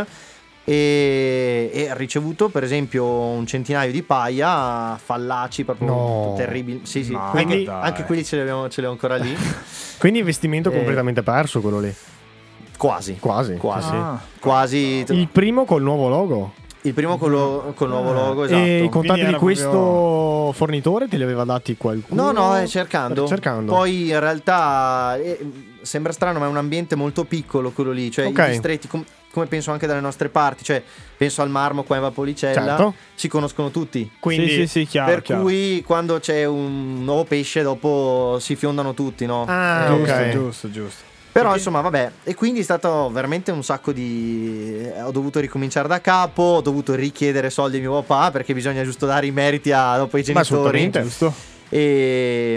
E, e ha ricevuto per esempio un centinaio di paia fallaci proprio No. terribili. Sì, sì. No, Quindi dai. anche quelli ce li abbiamo, ce li ho ancora lì. Quindi investimento Eh. completamente perso quello lì. Quasi. Quasi. Quasi. Ah. Quasi. Il primo col nuovo logo. Il primo con, lo- col nuovo logo, esatto. E i contatti Quindi di era questo proprio- fornitore te li aveva dati qualcuno? No, no, eh, cercando. Cercando. Poi in realtà eh, sembra strano, ma è un ambiente molto piccolo quello lì. Cioè, Ok. i distretti, com- come penso anche dalle nostre parti, cioè penso al Marmo qua in Valpolicella, Certo. si conoscono tutti. Quindi sì, sì, sì, chiaro, per chiaro. cui quando c'è un nuovo pesce, dopo si fiondano tutti, no? Ah, Eh, Giusto, ok. giusto, giusto. Però insomma vabbè, e quindi è stato veramente un sacco di... ho dovuto ricominciare da capo, ho dovuto richiedere soldi a mio papà perché bisogna giusto dare i meriti a, dopo ai Ma genitori. assolutamente. Giusto. E,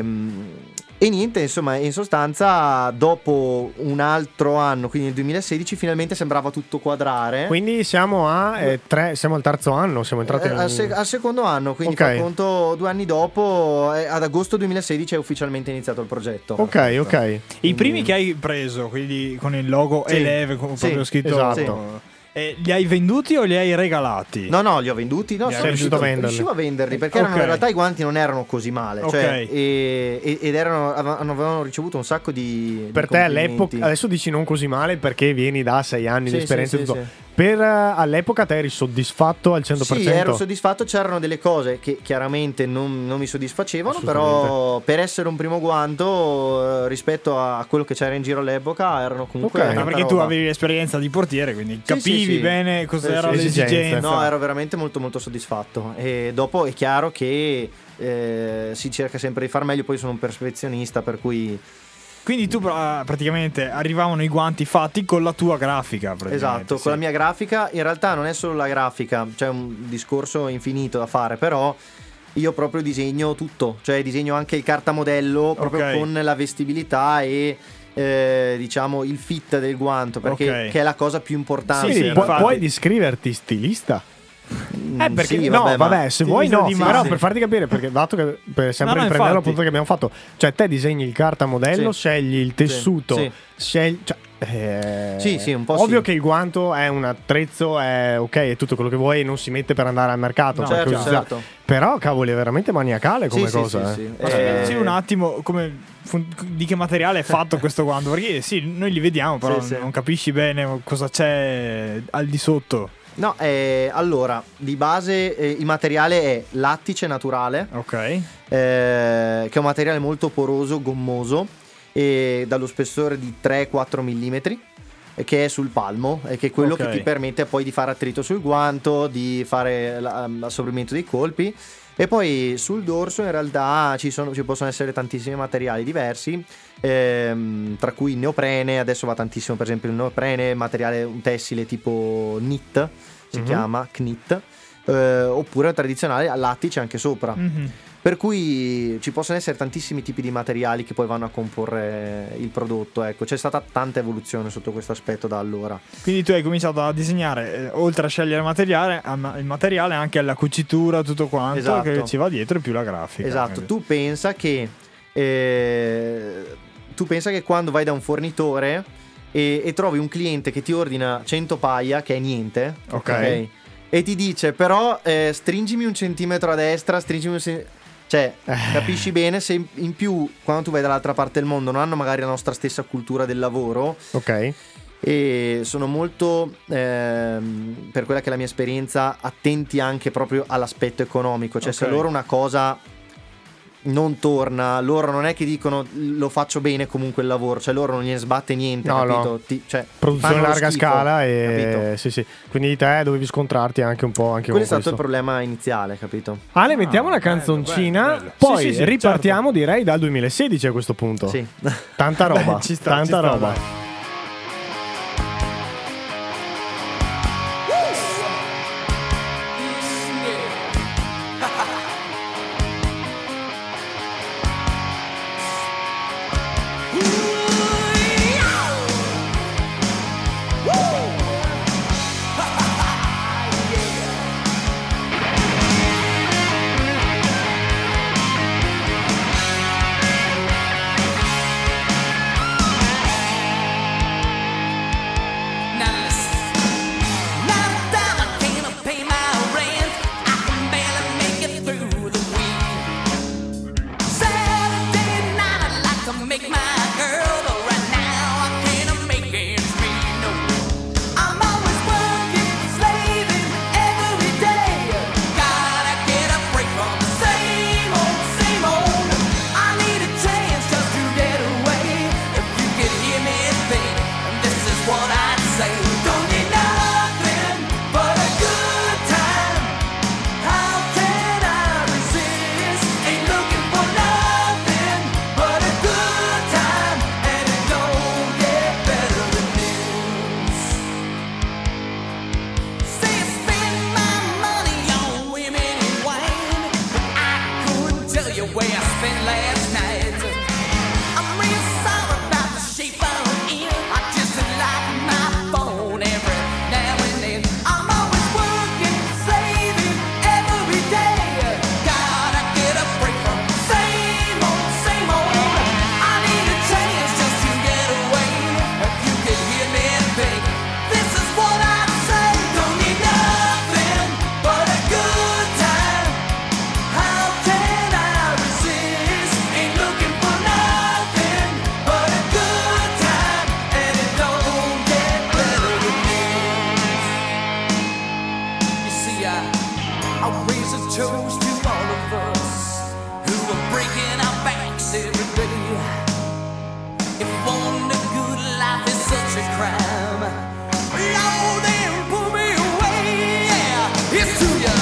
e niente, insomma, in sostanza dopo un altro anno, quindi nel duemilasedici, finalmente sembrava tutto quadrare. Quindi siamo a eh, tre, siamo al terzo anno, siamo entrati Eh, nel... al, se- al secondo anno, quindi Ok. fa conto due anni dopo, eh, ad agosto duemilasedici è ufficialmente iniziato il progetto. Ok, ok. I primi che hai preso, quindi con il logo Sì. Eleve, con Sì, proprio scritto, esatto. eh, li hai venduti o li hai regalati? No, no, li ho venduti. No, Sei sono riuscito riuscito, a venderli. riuscivo a venderli perché erano, Ok. in realtà i guanti non erano così male. Ok. Cioè, e- e- ed erano, avevano avevano ricevuto un sacco di. Per di te complimenti. all'epoca, adesso dici non così male perché vieni da sei anni Sì, di esperienza sì, e sì, tutto. sì. Per eh, all'epoca te eri soddisfatto al cento per cento? Sì, ero soddisfatto. C'erano delle cose che chiaramente non, non mi soddisfacevano, però per essere un primo guanto eh, rispetto a quello che c'era in giro all'epoca erano comunque. Ok. Ma tanta perché tu roba. avevi l'esperienza di portiere, quindi Sì, capivi sì, sì. bene cos'era Sì, sì, sì. l'esigenza. No, ero veramente molto molto soddisfatto. E dopo è chiaro che eh, si cerca sempre di far meglio. Poi sono un perfezionista, per cui Quindi tu pra- praticamente arrivavano i guanti fatti con la tua grafica. praticamente, esatto, sì. con la mia grafica. In realtà non è solo la grafica, c'è un discorso infinito da fare, però io proprio disegno tutto, cioè disegno anche il cartamodello proprio Ok. con la vestibilità e eh, diciamo il fit del guanto, perché Ok. che è la cosa più importante. Quindi sì, pu- infatti. puoi descriverti stilista? Mm, Eh, perché sì, no, vabbè, ma- vabbè, se vuoi stilista no, di però massa. per farti capire, perché dato che per sempre No, no, riprendere infatti. appunto che abbiamo fatto, cioè te disegni il cartamodello, Sì. scegli il tessuto, Sì. scegli, cioè, eh, Sì, sì, un po' ovvio sì. che il guanto è un attrezzo, è ok, è tutto quello che vuoi e non si mette per andare al mercato, No, per certo, curiosità. certo. Però cavoli, è veramente maniacale come Sì, sì, cosa. sì, eh. sì. Ma Eh, spiegaci un attimo come fun- di che materiale è fatto questo guanto, perché sì, noi li vediamo, però Sì, sì. non capisci bene cosa c'è al di sotto. No, eh, allora, di base eh, il materiale è lattice naturale, Ok. eh, che è un materiale molto poroso, gommoso, e dallo spessore di tre quattro millimetri. che è sul palmo e che è quello Ok. che ti permette poi di fare attrito sul guanto, di fare la- l'assorbimento dei colpi. E poi sul dorso in realtà ci, sono, ci possono essere tantissimi materiali diversi, ehm, tra cui il neoprene. Adesso va tantissimo per esempio il neoprene, materiale un tessile tipo knit, si Mhm. chiama knit, eh, oppure tradizionale a lattice anche sopra. Mhm. Per cui ci possono essere tantissimi tipi di materiali che poi vanno a comporre il prodotto. Ecco, c'è stata tanta evoluzione sotto questo aspetto da allora. Quindi tu hai cominciato a disegnare, eh, oltre a scegliere il materiale, a- il materiale anche la cucitura, tutto quanto Esatto. che ci va dietro e più la grafica. Esatto, Quindi- tu pensa che eh, tu pensa che quando vai da un fornitore e, e trovi un cliente che ti ordina cento paia, che è niente, Ok. e ti dice però eh, stringimi un centimetro a destra, stringimi un centimetro. Cioè, capisci bene se in- in più quando tu vai dall'altra parte del mondo non hanno magari la nostra stessa cultura del lavoro Ok. e sono molto, ehm, per quella che è la mia esperienza, attenti anche proprio all'aspetto economico. Cioè, se Ok. loro una cosa non torna, loro non è che dicono lo faccio bene comunque il lavoro, cioè loro non gliene sbatte niente, No, capito? no. Ti- cioè, Produzione fanno lo larga schifo, scala e capito? sì, sì. Quindi te dovevi scontrarti anche un po' anche Quello è con stato il questo. problema iniziale, capito? Ale, mettiamo una bello, canzoncina, bello, bello. poi Sì, sì, sì, ripartiamo direi dal duemilasedici a questo punto. Sì. Tanta roba, Beh, ci sta, tanta ci sta, roba. dai. Now listen. Now that I can't pay my rent, I can barely make it through the week. Saturday night I'd like to make my girl, but right now I can't make ends meet. No, I'm always working, slaving every day. Gotta get a break from the same old, same old. I need a chance just to get away. If you could hear me think, this is what I'd say. Don't need nothing but a good time. How can I resist? Ain't looking for nothing but a good time, and it don't get better than this. Say I spend my money on women and wine, but I couldn't tell you where I spent last night. I'm real sorry about the shape I'm in. I just like my phone every now and then. I'm always working, saving every day. Gotta get a break from the same old, same old. I need a chance just to get away. If you could hear me think, this is what I'd say. Don't need nothing but a good time. How can I resist? Ain't looking for nothing but a good time, and it don't get better than this. You see, I, I raise a toast to all of us who are breaking our backs every day. If wanting a good life is such a crime, Lord, then pull me away. Yeah, it's to ya.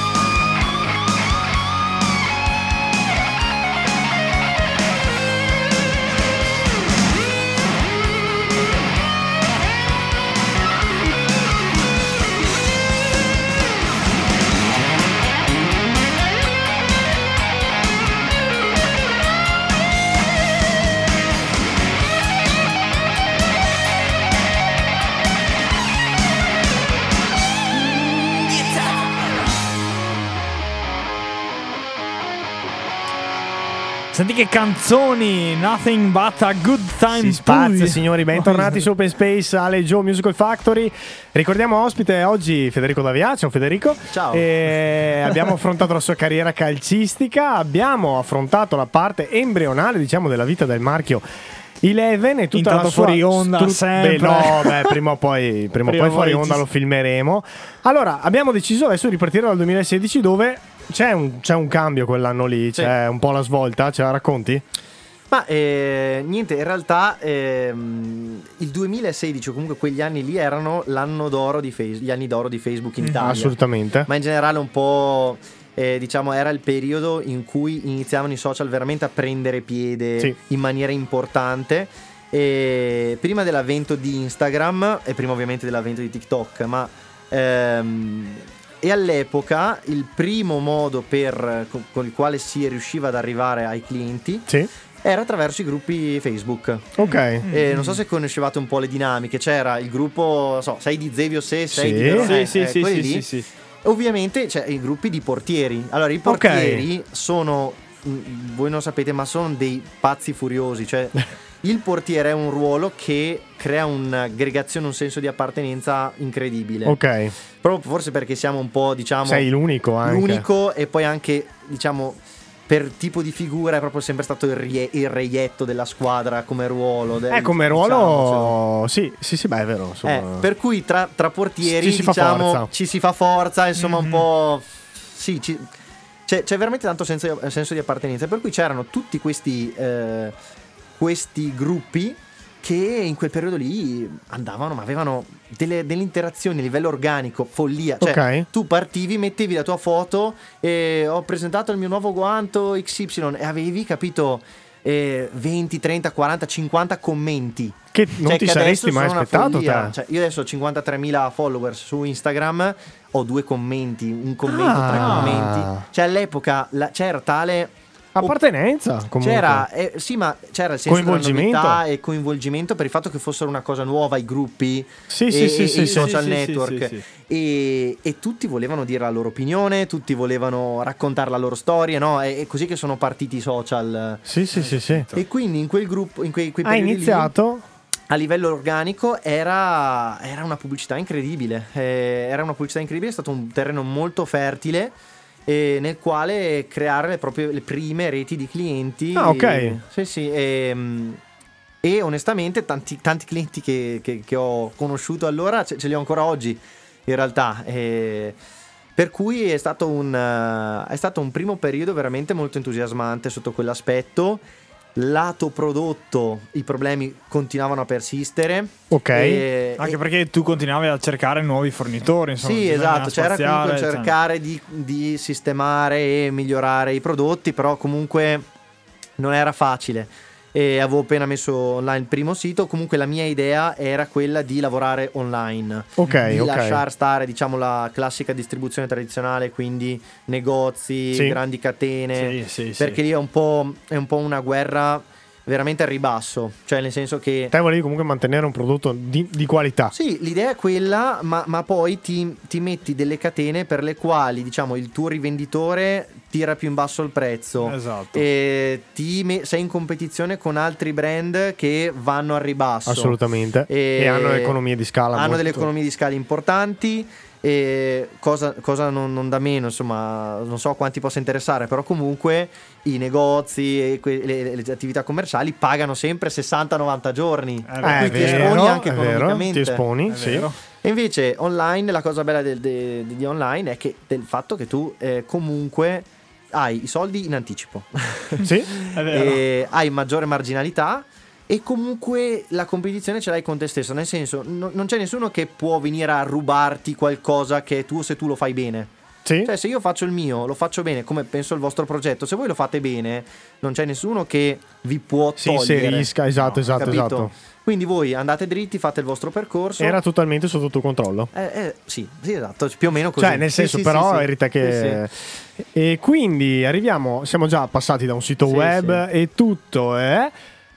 Senti che canzoni, Nothing But a Good Time. Si spazza, Pui. signori, bentornati su Open Space, Ale e Joe Musical Factory. Ricordiamo ospite oggi Federico D'Avia. Ciao Federico. Ciao. E abbiamo affrontato la sua carriera calcistica, abbiamo affrontato la parte embrionale, diciamo, della vita del marchio Eleven e tutta Intanto la sua fuori onda, stru- sempre. Beh, no, beh, prima o poi, prima o Prima poi fuori o poi onda ci- lo filmeremo. Allora, abbiamo deciso adesso di ripartire dal duemilasedici, dove c'è un, c'è un cambio quell'anno lì, Sì. c'è un po' la svolta, ce la racconti? Ma eh, niente, in realtà ehm, il duemilasedici o comunque quegli anni lì erano l'anno d'oro di face- gli anni d'oro di Facebook in Italia. Assolutamente. Ma in generale un po', eh, diciamo, era il periodo in cui iniziavano i social veramente a prendere piede Sì. in maniera importante. E prima dell'avvento di Instagram e prima ovviamente dell'avvento di TikTok, ma ehm, e all'epoca il primo modo per, con, con il quale si riusciva ad arrivare ai clienti Sì. era attraverso i gruppi Facebook. Ok. E non so se conoscevate un po' le dinamiche. C'era il gruppo, non so, sei di Zevio se, sei Sì. di Veronese, Sì, sì, eh, sì, quelli sì, lì. sì, sì. Ovviamente c'è i gruppi di portieri. Allora i portieri sono, mh, voi non sapete, ma sono dei pazzi furiosi. Cioè il portiere è un ruolo che crea un'aggregazione, un senso di appartenenza incredibile. Ok. Proprio forse perché siamo un po', diciamo, Sei l'unico anche. l'unico, e poi anche, diciamo, per tipo di figura è proprio sempre stato il, rie- il reietto della squadra come ruolo. del- Eh, come diciamo, ruolo, sì, sì, sì, beh, è vero. cioè, Insomma. eh, per cui tra, tra portieri Ci si fa diciamo forza. ci si fa forza, insomma, Mhm. un po'. Sì, ci- c'è, c'è veramente tanto senso, senso di appartenenza. Per cui c'erano tutti questi, eh, questi gruppi che in quel periodo lì andavano, ma avevano delle, delle interazioni a livello organico, follia. Cioè, Ok. tu partivi, mettevi la tua foto e ho presentato il mio nuovo guanto X Y e avevi, capito, eh, venti, trenta, quaranta, cinquanta commenti. Che non Cioè, ti che saresti adesso mai sono una aspettato follia. te. Cioè, io adesso ho cinquantatremila followers su Instagram, ho due commenti, un commento, Ah. tre commenti. Cioè all'epoca la- c'era tale Appartenenza, comunque. c'era, eh, sì, ma c'era il senso della Coinvolgimento. novità e coinvolgimento per il fatto che fossero una cosa nuova, i gruppi Sì, e, sì, sì, e sì, i sì. social Sì, sì, sì, network. sì, sì. E, e tutti volevano dire la loro opinione, tutti volevano raccontare la loro storia, no? È, è così che sono partiti i social. Sì, sì, sì, sì. E quindi in quel gruppo, in quei, quei Ha periodi lì, iniziato. a livello organico era, era una pubblicità incredibile. Eh, era una pubblicità incredibile, è stato un terreno molto fertile eh, nel quale creare le proprie le prime reti di clienti. Ah, ok. Sì, sì. E, mm, e onestamente tanti, tanti clienti che, che- che ho conosciuto allora ce, ce li ho ancora oggi, in realtà. Eh, per cui è stato, un, eh, è stato un primo periodo veramente molto entusiasmante sotto quell'aspetto. Lato prodotto i problemi continuavano a persistere. Ok. E- Anche e- perché tu continuavi a cercare nuovi fornitori, insomma. sì, bisogna esatto, c'era spaziare, comunque cioè. cercare di, di sistemare e migliorare i prodotti, però comunque non era facile. E avevo appena messo online il primo sito. Comunque la mia idea era quella di lavorare online, Ok, di ok. lasciare stare, diciamo, la classica distribuzione tradizionale, quindi negozi, Sì. grandi catene, Sì, sì, sì. perché lì è un po', è un po' una guerra veramente al ribasso, cioè nel senso che Te volevi comunque mantenere un prodotto di, di qualità. sì, l'idea è quella, ma, ma poi ti, ti metti delle catene per le quali, diciamo, il tuo rivenditore tira più in basso il prezzo. Esatto. E ti me- sei in competizione con altri brand che vanno al ribasso. Assolutamente. E, E hanno economie di scala. Hanno molto- delle economie di scala importanti. E cosa, cosa non, non da meno, insomma, non so quanti possa interessare, però comunque i negozi e que- le, le attività commerciali pagano sempre sessanta novanta giorni. Eh, Eh, per è cui ti vero, esponi anche è vero, economicamente. ti esponi, È sì. vero. E invece online, la cosa bella del- de- di online è che del fatto che tu eh, comunque hai i soldi in anticipo. Sì. È vero. E hai maggiore marginalità e comunque la competizione ce l'hai con te stesso, nel senso no- non c'è nessuno che può venire a rubarti qualcosa che è tuo se tu lo fai bene. Sì. Cioè, se io faccio il mio, lo faccio bene, come penso il vostro progetto, se voi lo fate bene, non c'è nessuno che vi può Si togliere. inserisca, esatto, esatto, Capito? esatto. Quindi voi andate dritti, fate il vostro percorso. Era totalmente sotto tuo controllo. Eh, eh, sì, sì, esatto, più o meno così. Cioè, nel Sì, senso, sì, però, sì, sì. eri te che. Sì, sì. E quindi arriviamo. Siamo già passati da un sito Sì, web e tutto, eh?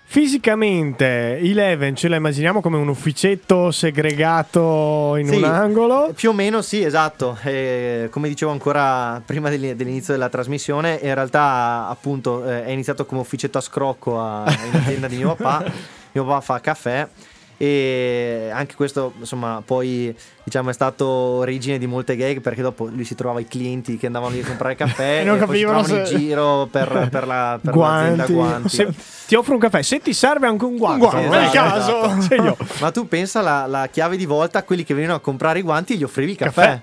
Fisicamente, Eleven ce la immaginiamo come un ufficetto segregato in Sì, un angolo. Più o meno sì, esatto. Eh, come dicevo ancora prima dell'in- dell'inizio della trasmissione, in realtà appunto eh, è iniziato come ufficetto a scrocco a, in azienda di mio papà. Mio papà fa caffè e anche questo insomma poi diciamo è stato origine di molte gag, perché dopo lui si trovava i clienti che andavano lì a comprare caffè E non e poi si capivano trovavano se- in giro per, per la per Guanti. l'azienda guanti. Se- ti offro un caffè, se ti serve anche un guanto. Un guanto, Esatto, nel caso. esatto. Ce li ho. Ma tu pensa la, la chiave di volta a quelli che venivano a comprare i guanti e gli offrivi il caffè,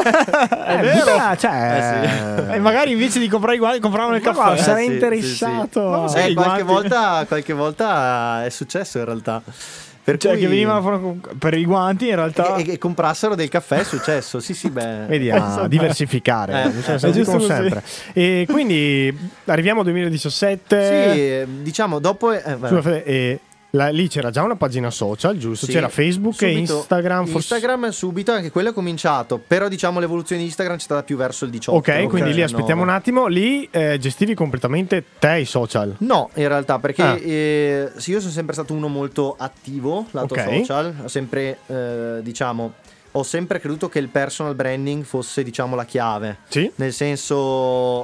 È vero, cioè, Eh E magari invece di comprare i guanti compravano il Ma caffè. guarda, sarei sì, interessato. sì, sì. Ma Eh, sai, i qualche, guanti- volta, qualche volta è successo in realtà. Per Cioè, cui- che venivano fuori per i guanti, in realtà. e, e comprassero del caffè è successo. Sì, sì, beh. Vedi, a diversificare, Eh, cioè, è lo giusto dicono così. sempre. E quindi arriviamo al duemiladiciassette. Sì, eh, diciamo dopo. eh, beh, Scusa, Fede, e la- lì c'era già una pagina social, giusto? sì, C'era Facebook e subito. Instagram. Forse... Instagram subito, anche quello è cominciato. Però diciamo l'evoluzione di Instagram c'è stata più verso il diciotto. Ok, quindi lì aspettiamo un attimo. Lì eh, gestivi completamente te i social. No, in realtà, perché Ah. eh, sì, io sono sempre stato uno molto attivo lato Ok. social. Ho sempre, eh, diciamo, ho sempre creduto che il personal branding fosse, diciamo, la chiave. Sì? Nel senso,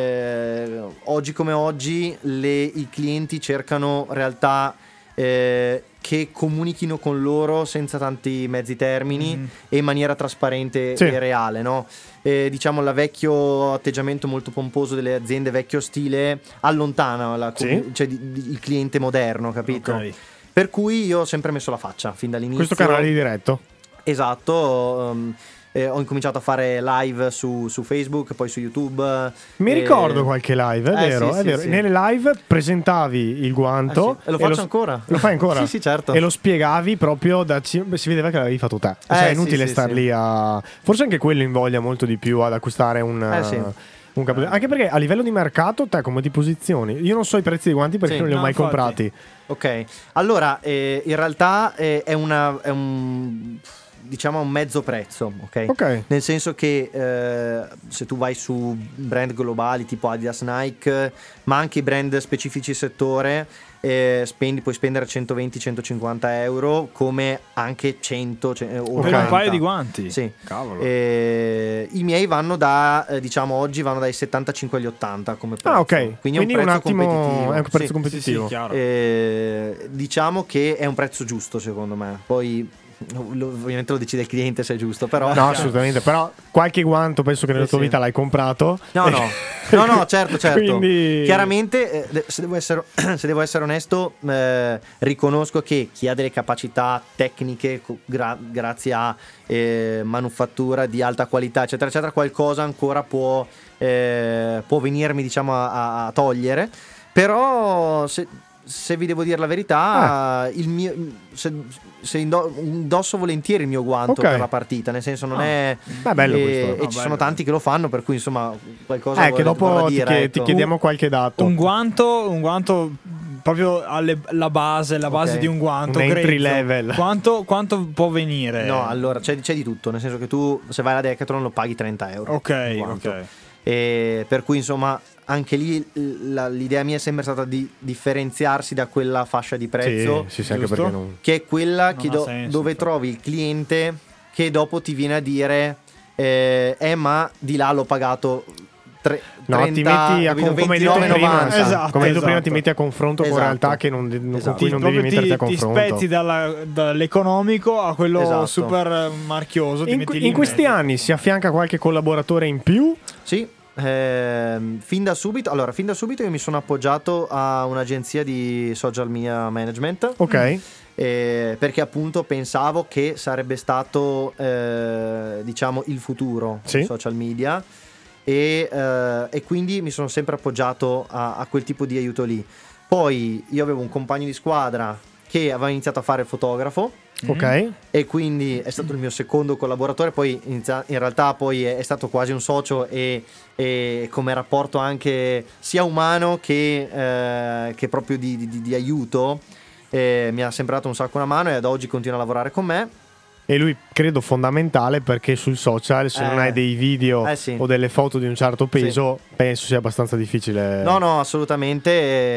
eh, oggi come oggi, le- i clienti cercano realtà eh, che comunichino con loro senza tanti mezzi termini e in maniera trasparente Sì. e reale, no? Eh, diciamo, il vecchio atteggiamento molto pomposo delle aziende, vecchio stile, allontana la com- Sì. cioè, di- di- il cliente moderno, capito? Ok. Per cui io ho sempre messo la faccia fin dall'inizio. Questo canale di diretto. Esatto, um, eh, ho incominciato a fare live su, su Facebook, poi su YouTube. Mi eh, ricordo qualche live, è eh, vero, sì, è sì, vero. sì. Nelle live presentavi il guanto. Eh sì, e lo faccio ancora. Lo fai ancora? Sì, sì, certo. E lo spiegavi proprio da... Si vedeva che l'avevi fatto te. Eh, Cioè è sì, inutile sì, star sì. lì a... Forse anche quello invoglia molto di più ad acquistare un... Eh, sì. un capo- Anche perché a livello di mercato te come ti posizioni? Io non so i prezzi dei guanti perché Sì. non li ho No, mai infatti. comprati. Ok, allora eh, in realtà eh, è, una, è un diciamo un mezzo prezzo, ok? Ok. Nel senso che eh, se tu vai su brand globali tipo Adidas, Nike, ma anche i brand specifici settore, eh, spendi, puoi spendere centoventi centocinquanta euro come anche cento cioè, o Per Ok. un ottanta. paio di guanti. Sì. Cavolo. Eh, I miei vanno da, eh, diciamo, oggi vanno dai settantacinque agli ottanta come prezzo. Ah, ok. Quindi, è un prezzo attimo competitivo. è un prezzo Sì. Sì, competitivo. sì, chiaro. Eh, diciamo che è un prezzo giusto secondo me. Poi lo- ovviamente lo decide il cliente se è giusto, però No, assolutamente. Però qualche guanto penso che nella Eh, tua sì. vita l'hai comprato. No, no, no, no, certo, certo. Quindi- Chiaramente, eh, de- se, devo essere, se devo essere onesto, eh, riconosco che chi ha delle capacità tecniche, co- gra- grazie a eh, manufattura di alta qualità, eccetera, eccetera, qualcosa ancora può, eh, può venirmi, diciamo, a, a togliere. Però, se, se vi devo dire la verità, il mio, se, se indo- indosso volentieri il mio guanto Ok. per la partita, nel senso non Ah. è... Beh, bello e, questo. e No, ci bello. sono tanti che lo fanno, per cui insomma qualcosa Eh, che vorrei- dopo vorrei ti, dire, chie- ecco. ti chiediamo qualche dato. Un guanto, un guanto proprio alle- la base, la base Ok. di un guanto. Un entry grezzo. level. Quanto, quanto può venire? No, allora c'è, c'è di tutto, nel senso che tu se vai alla Decathlon lo paghi trenta euro. Ok, il guanto. ok. E per cui insomma anche lì l- la- l'idea mia è sempre stata di differenziarsi da quella fascia di prezzo, Sì, sì, sì, anche giusto? perché non... che è quella Non che ha do- senso, dove infatti. trovi il cliente che dopo ti viene a dire eh, eh, ma di là l'ho pagato tre, No, trenta, ti metti a capito, con- come hai detto ventinove e prima, novanta. Esatto, come hai detto prima, esatto. ti metti a confronto con Esatto. realtà che non, con Esatto. cui non devi Proprio metterti a ti, ti confronto. spetti dalla- dall'economico a quello Esatto. super marchioso. Ti In, metti que- lì in questi mezzo. anni si affianca qualche collaboratore in più? Sì, ehm, fin da subito. Allora, fin da subito io mi sono appoggiato a un'agenzia di social media management. Ok. eh, perché appunto pensavo che sarebbe stato, eh, diciamo, il futuro Sì. dei social media. E, eh, e quindi mi sono sempre appoggiato a, a quel tipo di aiuto lì. Poi io avevo un compagno di squadra che aveva iniziato a fare il fotografo. Ok. E quindi è stato il mio secondo collaboratore. Poi inizia- in realtà poi è, è stato quasi un socio e, e come rapporto anche sia umano che, eh, che proprio di, di- di aiuto, eh, mi ha sempre dato un sacco una mano e ad oggi continua a lavorare con me. E lui credo fondamentale perché sul social se non Eh. hai dei video Eh, sì. o delle foto di un certo peso penso sia abbastanza difficile. No, no, assolutamente. eh,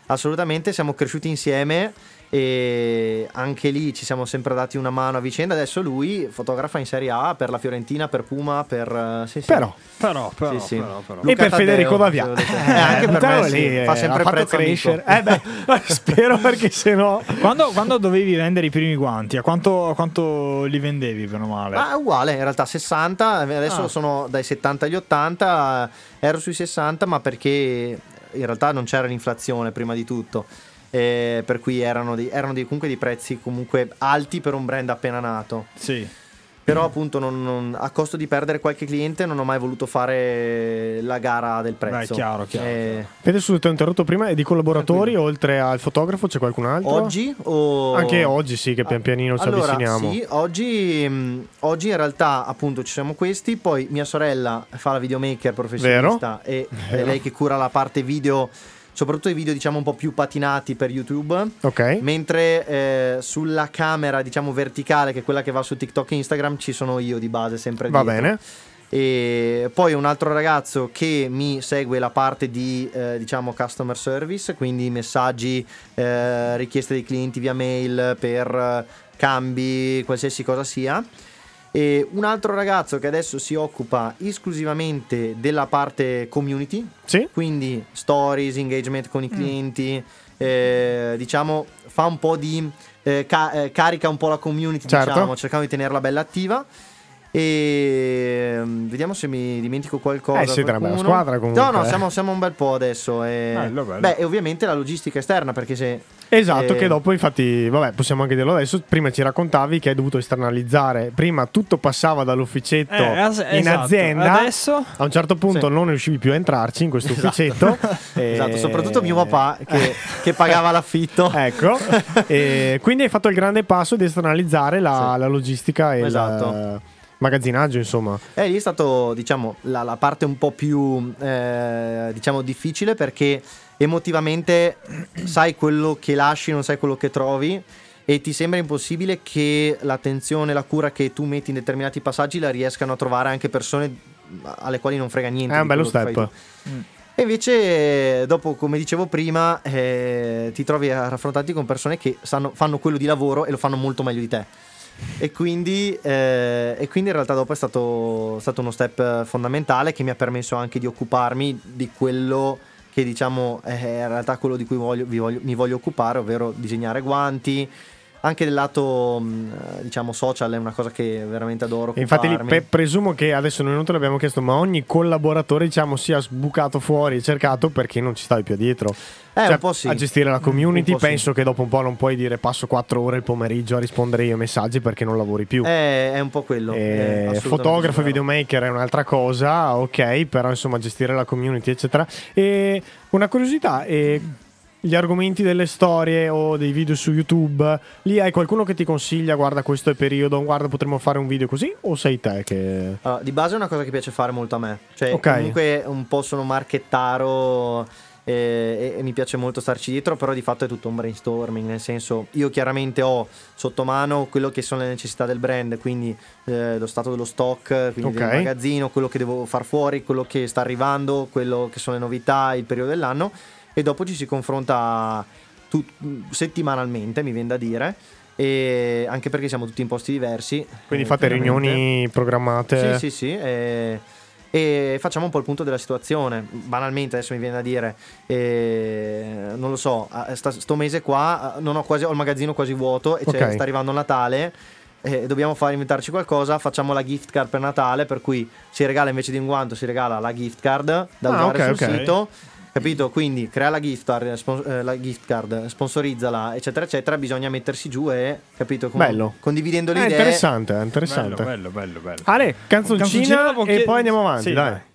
assolutamente, siamo cresciuti insieme e anche lì ci siamo sempre dati una mano a vicenda. Adesso lui fotografa in Serie A per la Fiorentina, per Puma, per uh, sì, sì. Però, Però, però, Sì, sì. però, però. e per Taddeo, Federico D'Avia. eh, anche per me sì, lì, fa sempre ha fatto prezzo crescere. amico. Eh beh, spero, perché sennò Quando, quando dovevi vendere i primi guanti, a quanto, a quanto li vendevi per male? Ma è uguale, in realtà sessanta, adesso Ah. sono dai settanta agli ottanta, ero sui sessanta, ma perché in realtà non c'era l'inflazione prima di tutto, eh, per cui erano, dei, erano dei, comunque dei prezzi comunque alti per un brand appena nato. Sì. Però appunto non- non- a costo di perdere qualche cliente non ho mai voluto fare la gara del prezzo. Beh, chiaro, chiaro, Eh, Vede, su, ti ho interrotto prima. E di collaboratori, oltre al fotografo, c'è qualcun altro? Oggi o... Anche oggi sì, che pian pianino ci allora, avviciniamo. Sì, oggi, mh, oggi in realtà appunto ci siamo questi. Poi mia sorella fa la videomaker professionista e è lei che cura la parte video, soprattutto i video diciamo un po' più patinati per YouTube. Ok. Mentre eh, sulla camera diciamo verticale, che è quella che va su TikTok e Instagram, ci sono io di base sempre Va dietro. bene. E poi un altro ragazzo che mi segue la parte di eh, diciamo customer service, quindi messaggi, eh, richieste dei clienti via mail per eh, cambi, qualsiasi cosa sia. E un altro ragazzo che adesso si occupa esclusivamente della parte community, Sì. quindi stories, engagement con i clienti, eh, diciamo fa un po' di eh, ca- eh, carica un po' la community, Certo. diciamo, cercando di tenerla bella attiva. E mm, vediamo se mi dimentico qualcosa. Eh, siete una bella qualcuno. squadra comunque, No, no, eh. siamo, siamo un bel po' adesso. E... Bello, bello. Beh, e ovviamente la logistica esterna, perché se Esatto, eh, che dopo infatti, vabbè, possiamo anche dirlo adesso. Prima ci raccontavi che hai dovuto esternalizzare. Prima tutto passava dall'ufficetto Eh, as- in esatto. azienda. Adesso? A un certo punto Sì. non riuscivi più a entrarci in questo ufficetto. E- Esatto, soprattutto mio papà che, che pagava l'affitto. Ecco, e quindi hai fatto il grande passo di esternalizzare la, Sì. la logistica e Esatto. il magazzinaggio, insomma. E lì è stato, diciamo, la, la parte un po' più, eh, diciamo, difficile, perché emotivamente sai quello che lasci, non sai quello che trovi, e ti sembra impossibile che l'attenzione, la cura che tu metti in determinati passaggi la riescano a trovare anche persone alle quali non frega niente. È un di bello quello che fai step. tu. E invece dopo, come dicevo prima, eh, ti trovi a raffrontarti con persone che sanno, fanno quello di lavoro e lo fanno molto meglio di te. E quindi, eh, e quindi in realtà dopo è stato, stato uno step fondamentale che mi ha permesso anche di occuparmi di quello che diciamo è in realtà quello di cui voglio, vi voglio- mi voglio occupare, ovvero disegnare guanti. Anche del lato mh, diciamo social è una cosa che veramente adoro E infatti lì occuparmi. pe- presumo che adesso noi non te l'abbiamo chiesto, ma ogni collaboratore diciamo sia sbucato fuori e cercato perché non ci stavi più dietro. Eh, Cioè, un po' sì. a gestire la community. Un po' sì. Penso che dopo un po' non puoi dire passo quattro ore il pomeriggio a rispondere io ai messaggi perché non lavori più. Eh, è un po' quello. Eh, è assolutamente fotografo e vero. videomaker è un'altra cosa, ok, però insomma gestire la community eccetera. E una curiosità, e gli argomenti delle storie o dei video su YouTube, lì hai qualcuno che ti consiglia, guarda questo è periodo, guarda potremmo fare un video così, o sei te che... Allora, di base è una cosa che piace fare molto a me. Cioè, Ok. comunque un po' sono marchettaro eh, e, e mi piace molto starci dietro, però di fatto è tutto un brainstorming, nel senso io chiaramente ho sotto mano quello che sono le necessità del brand, quindi eh, lo stato dello stock, quindi Ok. del magazzino, quello che devo far fuori, quello che sta arrivando, quello che sono le novità, il periodo dell'anno, e dopo ci si confronta tu- settimanalmente, mi viene da dire. E anche perché siamo tutti in posti diversi. Quindi eh, fate chiaramente. riunioni programmate? Sì, sì, sì. E, e facciamo un po' il punto della situazione. Banalmente, adesso mi viene da dire, eh, non lo so, a- sta- sto mese qua eh, non ho quasi ho il magazzino quasi vuoto e c'è- Ok. sta arrivando Natale. Eh, dobbiamo fare inventarci qualcosa, facciamo la gift card per Natale, per cui si regala invece di un guanto, si regala la gift card da Ah, usare ok, sul ok. sito. Capito? Quindi crea la gift card, spon- eh, la gift card, sponsorizzala, eccetera, eccetera. Bisogna mettersi giù e, capito? Con- Bello. Condividendo È le idee. interessante, è interessante. Bello, bello, bello, bello. Ale, canzoncina, Canzoncina dopo e che- poi andiamo avanti, Sì, dai. dai.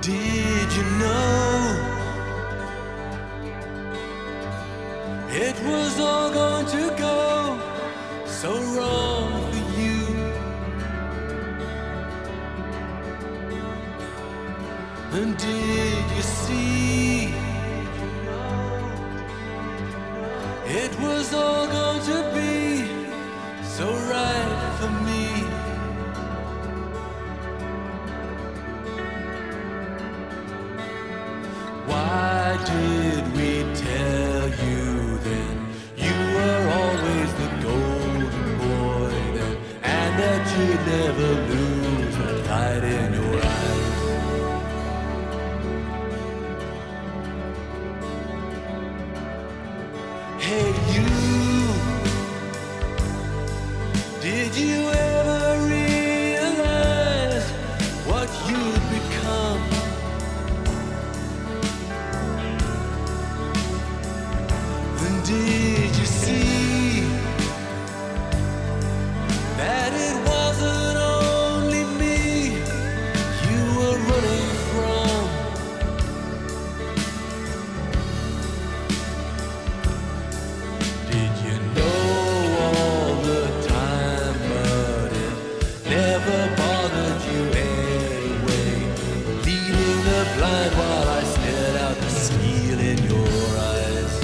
Did you know it was all going to go so wrong for you? And did you see it was all going to be so right for me? Why did we tell you then you were always the golden boy then, and that you'd never lose that light in your eyes? Hey you, did you ever realize what you'd become? Did you see that it wasn't only me you were running from? Did you know all the time, but it never bothered you anyway, leading the blind while I stared out the steel in your eyes?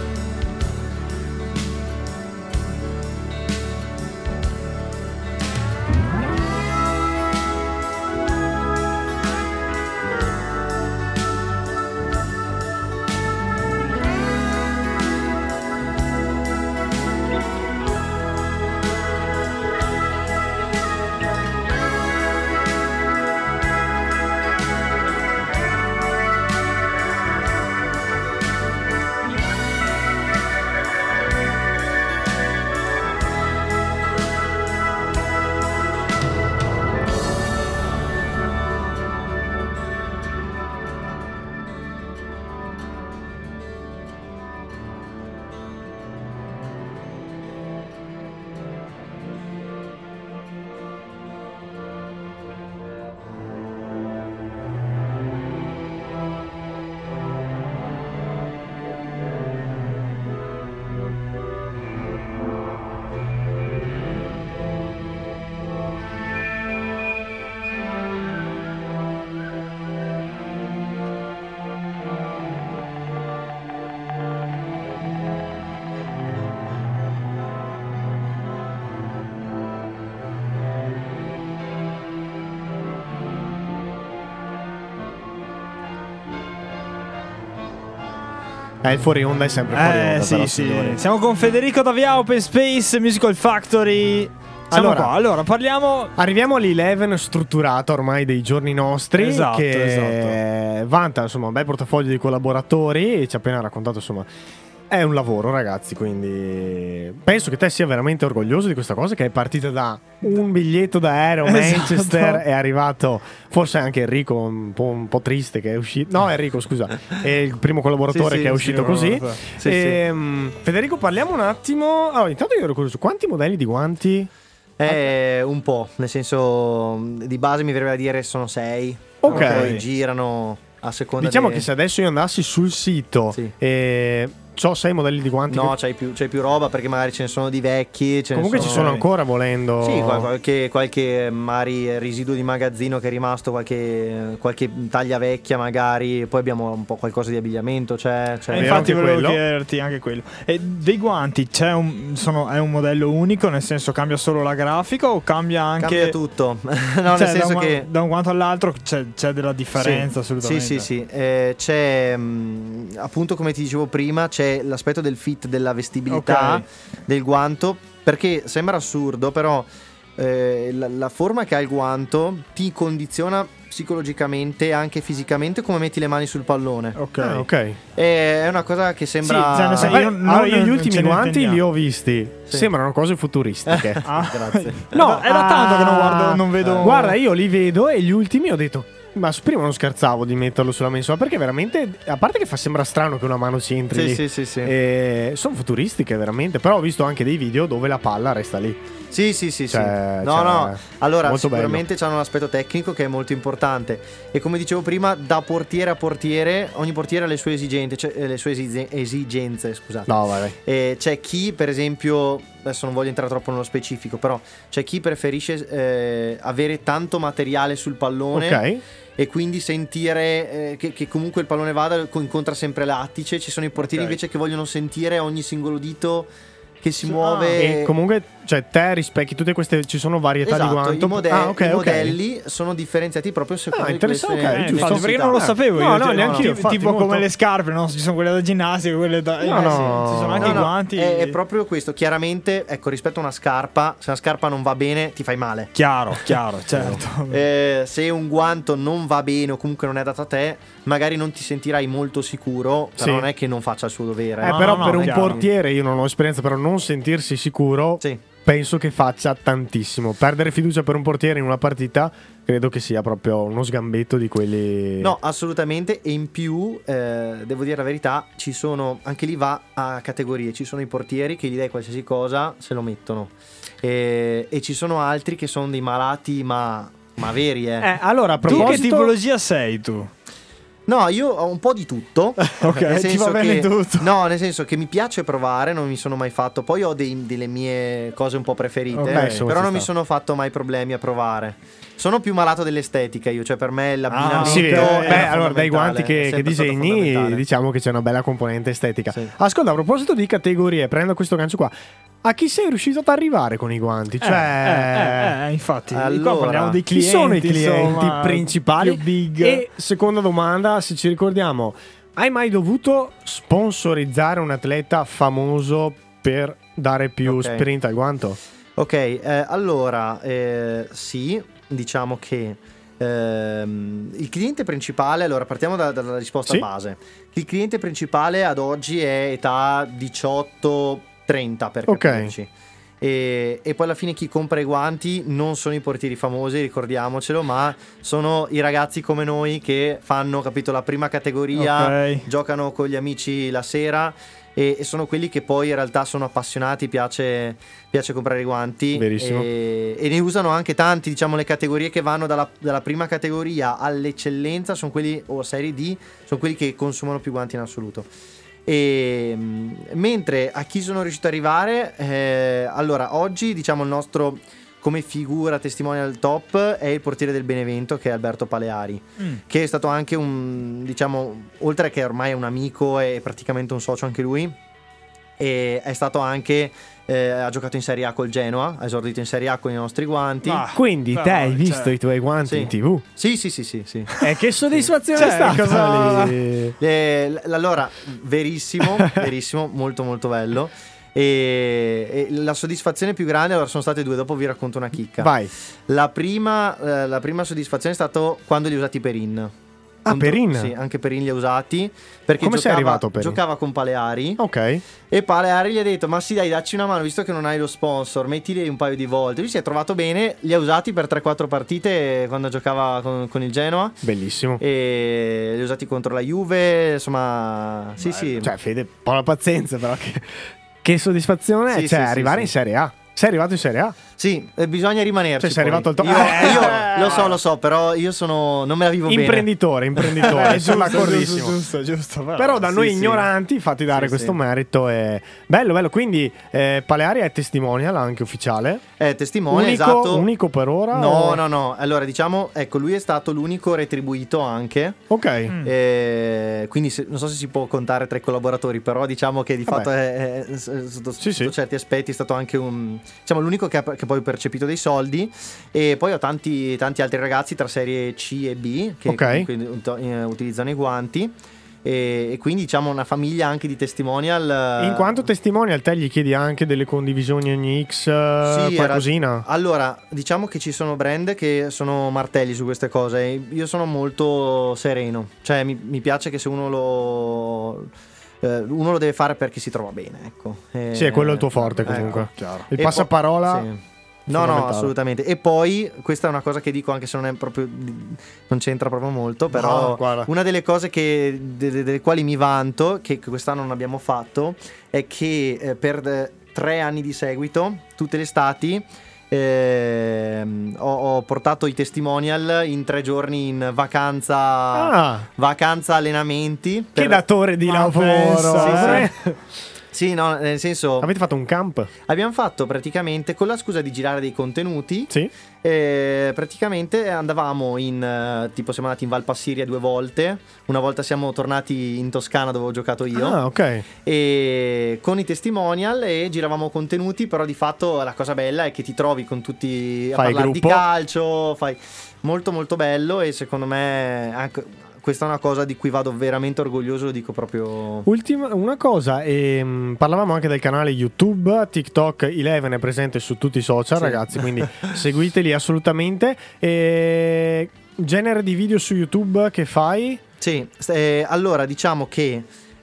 Eh, il fuori onda è sempre fuori onda. Eh sì, però, sì. signori. Siamo con Federico da Via Open Space Musical Factory. Siamo Allora, qua. Allora, parliamo. Arriviamo all'Eleven strutturato ormai dei giorni nostri, Esatto, che vanta insomma un bel portafoglio di collaboratori e ci ha appena raccontato insomma è un lavoro, ragazzi, quindi penso che te sia veramente orgoglioso di questa cosa, che è partita da un biglietto d'aereo a Esatto. Manchester, è arrivato forse anche Enrico un po', un po' triste che è uscito, no Enrico scusa, è il primo collaboratore Sì, sì, che è sì, uscito no, così. no, no. Sì, Ehm, Federico, parliamo un attimo, allora intanto io ero curioso, quanti modelli di guanti? È un po', nel senso, di base mi verrebbe a dire sono sei. Ok. Poi girano a seconda. Diciamo de- che se adesso io andassi sul sito Sì. e c'ho sei modelli di guanti, No, che- c'hai più, c'hai più roba perché magari ce ne sono di vecchi. Ce ne comunque ci sono ancora volendo. Sì, qual- qualche, qualche magari residuo di magazzino che è rimasto, qualche, qualche taglia vecchia magari. Poi abbiamo un po' qualcosa di abbigliamento. C'è, c'è Eh, vero infatti anche volevo quello? chiederti anche quello. E dei guanti c'è un, sono, è un modello unico, nel senso cambia solo la grafica o cambia anche. Cambia tutto. no, Cioè, nel da, senso un, che. da un guanto all'altro c'è, c'è della differenza Sì, assolutamente. Sì, sì, sì. Eh, c'è mh, appunto, come ti dicevo prima, c'è l'aspetto del fit, della vestibilità Ok. del guanto, perché sembra assurdo, però eh, la, la forma che ha il guanto ti condiziona psicologicamente e anche fisicamente come metti le mani sul pallone. Ok. Ah, ok. E è una cosa che sembra. Sì, cioè, nel senso, Beh, io non- allora, io non gli ce ultimi ne guanti intendiamo. li ho visti. Sì. Sembrano cose futuristiche. Ah, Grazie. No, è da tanto che non guardo, non vedo. Guarda, io li vedo e gli ultimi ho detto Ma su- prima non scherzavo di metterlo sulla mensola, perché veramente, a parte che fa sembra strano che una mano ci entri Sì, lì, sì, sì, sì. e sono futuristiche veramente, però ho visto anche dei video dove la palla resta lì. Sì, sì, sì, Cioè, sì. No, cioè, no. Allora, molto sicuramente c'hanno un aspetto tecnico che è molto importante. E come dicevo prima, da portiere a portiere, ogni portiere ha le sue esigenze, cioè, eh, le sue esige- esigenze, scusate. No, vai, vai. E c'è chi, per esempio, adesso non voglio entrare troppo nello specifico, però c'è chi preferisce eh, avere tanto materiale sul pallone. Ok. E quindi sentire eh, che, che comunque il pallone vada, co- incontra sempre l'attice. Ci sono i portieri Ok. invece che vogliono sentire ogni singolo dito che si Sì, muove. E comunque, cioè, te rispecchi tutte queste, ci sono varietà Esatto, di guanto. i, mode- ah, ok, i ok. modelli sono differenziati proprio secondo Ah, di queste interessante, ok, Eh, giusto. infatti, perché non lo sapevo No, io. no, cioè, neanche io, tipo- infatti, tipo molto. come le scarpe, no? Ci sono quelle da ginnastica, quelle da. eh, No, no. sì, ci sono anche No, i no, guanti. è, è proprio questo. Chiaramente, ecco, rispetto a una scarpa, se una scarpa non va bene, ti fai male. Chiaro, chiaro, certo. Eh, se un guanto non va bene o comunque non è adatto a te, magari non ti sentirai molto sicuro. Però Sì. non è che non faccia il suo dovere. Eh, No, però no, per no, un chiaro. portiere, io non ho esperienza, però non sentirsi sicuro, Sì. penso che faccia tantissimo. Perdere fiducia per un portiere in una partita, credo che sia proprio uno sgambetto di quelli. No, assolutamente. E in più, eh, devo dire la verità, ci sono, anche lì va a categorie. Ci sono i portieri che gli dai qualsiasi cosa, se lo mettono. E, e ci sono altri che sono dei malati, ma, ma veri, eh. Eh, allora, a Tu proposito, che tipologia sei tu? No, io ho un po' di tutto. Ok, Nel ti senso va bene che- tutto. No, nel senso che mi piace provare, non mi sono mai fatto. Poi ho dei- delle mie cose un po' preferite, Ok, insomma, però ci non mi sta. sono fatto mai problemi a provare. Sono più malato dell'estetica io, cioè per me l'abbinamento Sì, è eh, beh, fondamentale, allora dai è guanti che, che sempre stato disegni, fondamentale. diciamo che c'è una bella componente estetica. Sì. Ascolta, a proposito di categorie, prendo questo gancio qua. A chi sei riuscito ad arrivare con i guanti? Cioè, Eh, eh, eh, infatti, qua Allora, parliamo dei chi clienti. sono i clienti insomma, principali? più big. E seconda domanda, se ci ricordiamo, hai mai dovuto sponsorizzare un atleta famoso per dare più Ok. sprint al guanto? Ok, eh, allora eh, sì, diciamo che ehm, il cliente principale, allora partiamo da- dalla risposta Sì. base. Il cliente principale ad oggi è età diciotto trenta per Ok. capirci. E, e poi alla fine chi compra i guanti non sono i portieri famosi, ricordiamocelo, ma sono i ragazzi come noi che fanno, capito, la prima categoria, Ok. giocano con gli amici la sera e, e sono quelli che poi in realtà sono appassionati, piace, piace comprare i guanti. Verissimo. E, e ne usano anche tanti, diciamo le categorie che vanno dalla, dalla prima categoria all'eccellenza, sono quelli, o serie D, sono quelli che consumano più guanti in assoluto. E mh, mentre a chi sono riuscito ad arrivare, eh, allora oggi diciamo il nostro come figura testimonial top è il portiere del Benevento, che è Alberto Paleari, Mm. che è stato anche un, diciamo, oltre che ormai è un amico, è praticamente un socio anche lui, e è stato anche eh, ha giocato in Serie A col Genoa, ha esordito in Serie A con i nostri guanti. Ah, Quindi te però, hai visto cioè, i tuoi guanti sì. in tv? Sì, sì, sì, sì, sì. E che soddisfazione Cioè, è stata cosa- lì? Eh, l- allora, verissimo, verissimo, molto molto bello. E, e la soddisfazione più grande, allora sono state due, dopo vi racconto una chicca. Vai. La prima, eh, la prima soddisfazione è stato quando li ho usati Perin. Ah, Contro- Perin? Sì, anche Perin li ha usati. Perché Come sei giocava, arrivato a Perin? giocava con Paleari. Ok. E Paleari gli ha detto: ma sì, dai, dacci una mano, visto che non hai lo sponsor, mettili un paio di volte. Lui si è trovato bene, li ha usati per tre quattro partite quando giocava con, con il Genoa. Bellissimo. E li ha usati contro la Juve. Insomma, sì, sì. Cioè, Fede, un po' la pazienza, però. Che, che soddisfazione è, Sì, cioè, sì, sì, arrivare sì. in Serie A. Sei arrivato in Serie A? Sì, eh, bisogna rimanerci. Cioè, sei poi. arrivato al top. Io, Eh, io lo so, lo so, però io sono. Non me la vivo bene. Imprenditore, imprenditore, Eh, sono giusto, d'accordissimo. giusto, giusto, giusto, però, Però da sì, noi sì. ignoranti, fatti dare Sì, questo sì. merito. È bello, bello. Quindi eh, Paleari è testimonial anche ufficiale. È testimone, unico, esatto. unico per ora? No, o- no, no. Allora, diciamo, ecco, lui è stato l'unico retribuito anche. Ok. Mm. Eh, quindi se- non so se si può contare tra i collaboratori, però diciamo che di Vabbè. fatto è, è- sotto, Sì, sì. sotto certi aspetti è stato anche un, diciamo, l'unico che ha che poi ha percepito dei soldi. E poi ho tanti, tanti altri ragazzi tra serie C e B che Ok. comunque ut- eh, utilizzano i guanti. E, e quindi diciamo una famiglia anche di testimonial. eh, In quanto testimonial, te gli chiedi anche delle condivisioni ogni X, eh, Sì, qualcosina? era- Allora, diciamo che ci sono brand che sono martelli su queste cose. e Io sono molto sereno. Cioè, mi, mi piace che se uno lo. eh, uno lo deve fare perché si trova bene, ecco. E- Sì, è quello il tuo forte ecco. comunque. Chiaro. Il E passaparola. poi- sì. No, no, fondamentale. assolutamente. E poi, questa è una cosa che dico anche se non è proprio, non c'entra proprio molto, però No, guarda. una delle cose che, delle, delle quali mi vanto, che quest'anno non abbiamo fatto, è che eh, per eh, tre anni di seguito, tutte le estati, ehm, ho, ho portato i testimonial in tre giorni in vacanza, Ah, vacanza allenamenti. che per- datore di Ma lavoro. pensa, eh. Sì, no, nel senso, Avete fatto un camp? abbiamo fatto praticamente con la scusa di girare dei contenuti. Sì. E praticamente andavamo in eh, tipo siamo andati in Val Passiria due volte. Una volta siamo tornati in Toscana dove ho giocato io. Ah, ok. E con i testimonial e giravamo contenuti. Però di fatto la cosa bella è che ti trovi con tutti a Fai parlare di gruppo. calcio. Fai molto molto bello. E secondo me anche questa è una cosa di cui vado veramente orgoglioso. Lo dico proprio. Ultima, una cosa, ehm, parlavamo anche del canale YouTube, TikTok eleven è presente su tutti i social, Sì. ragazzi, quindi seguiteli assolutamente. E genere di video su YouTube che fai? Sì, s- eh, allora diciamo che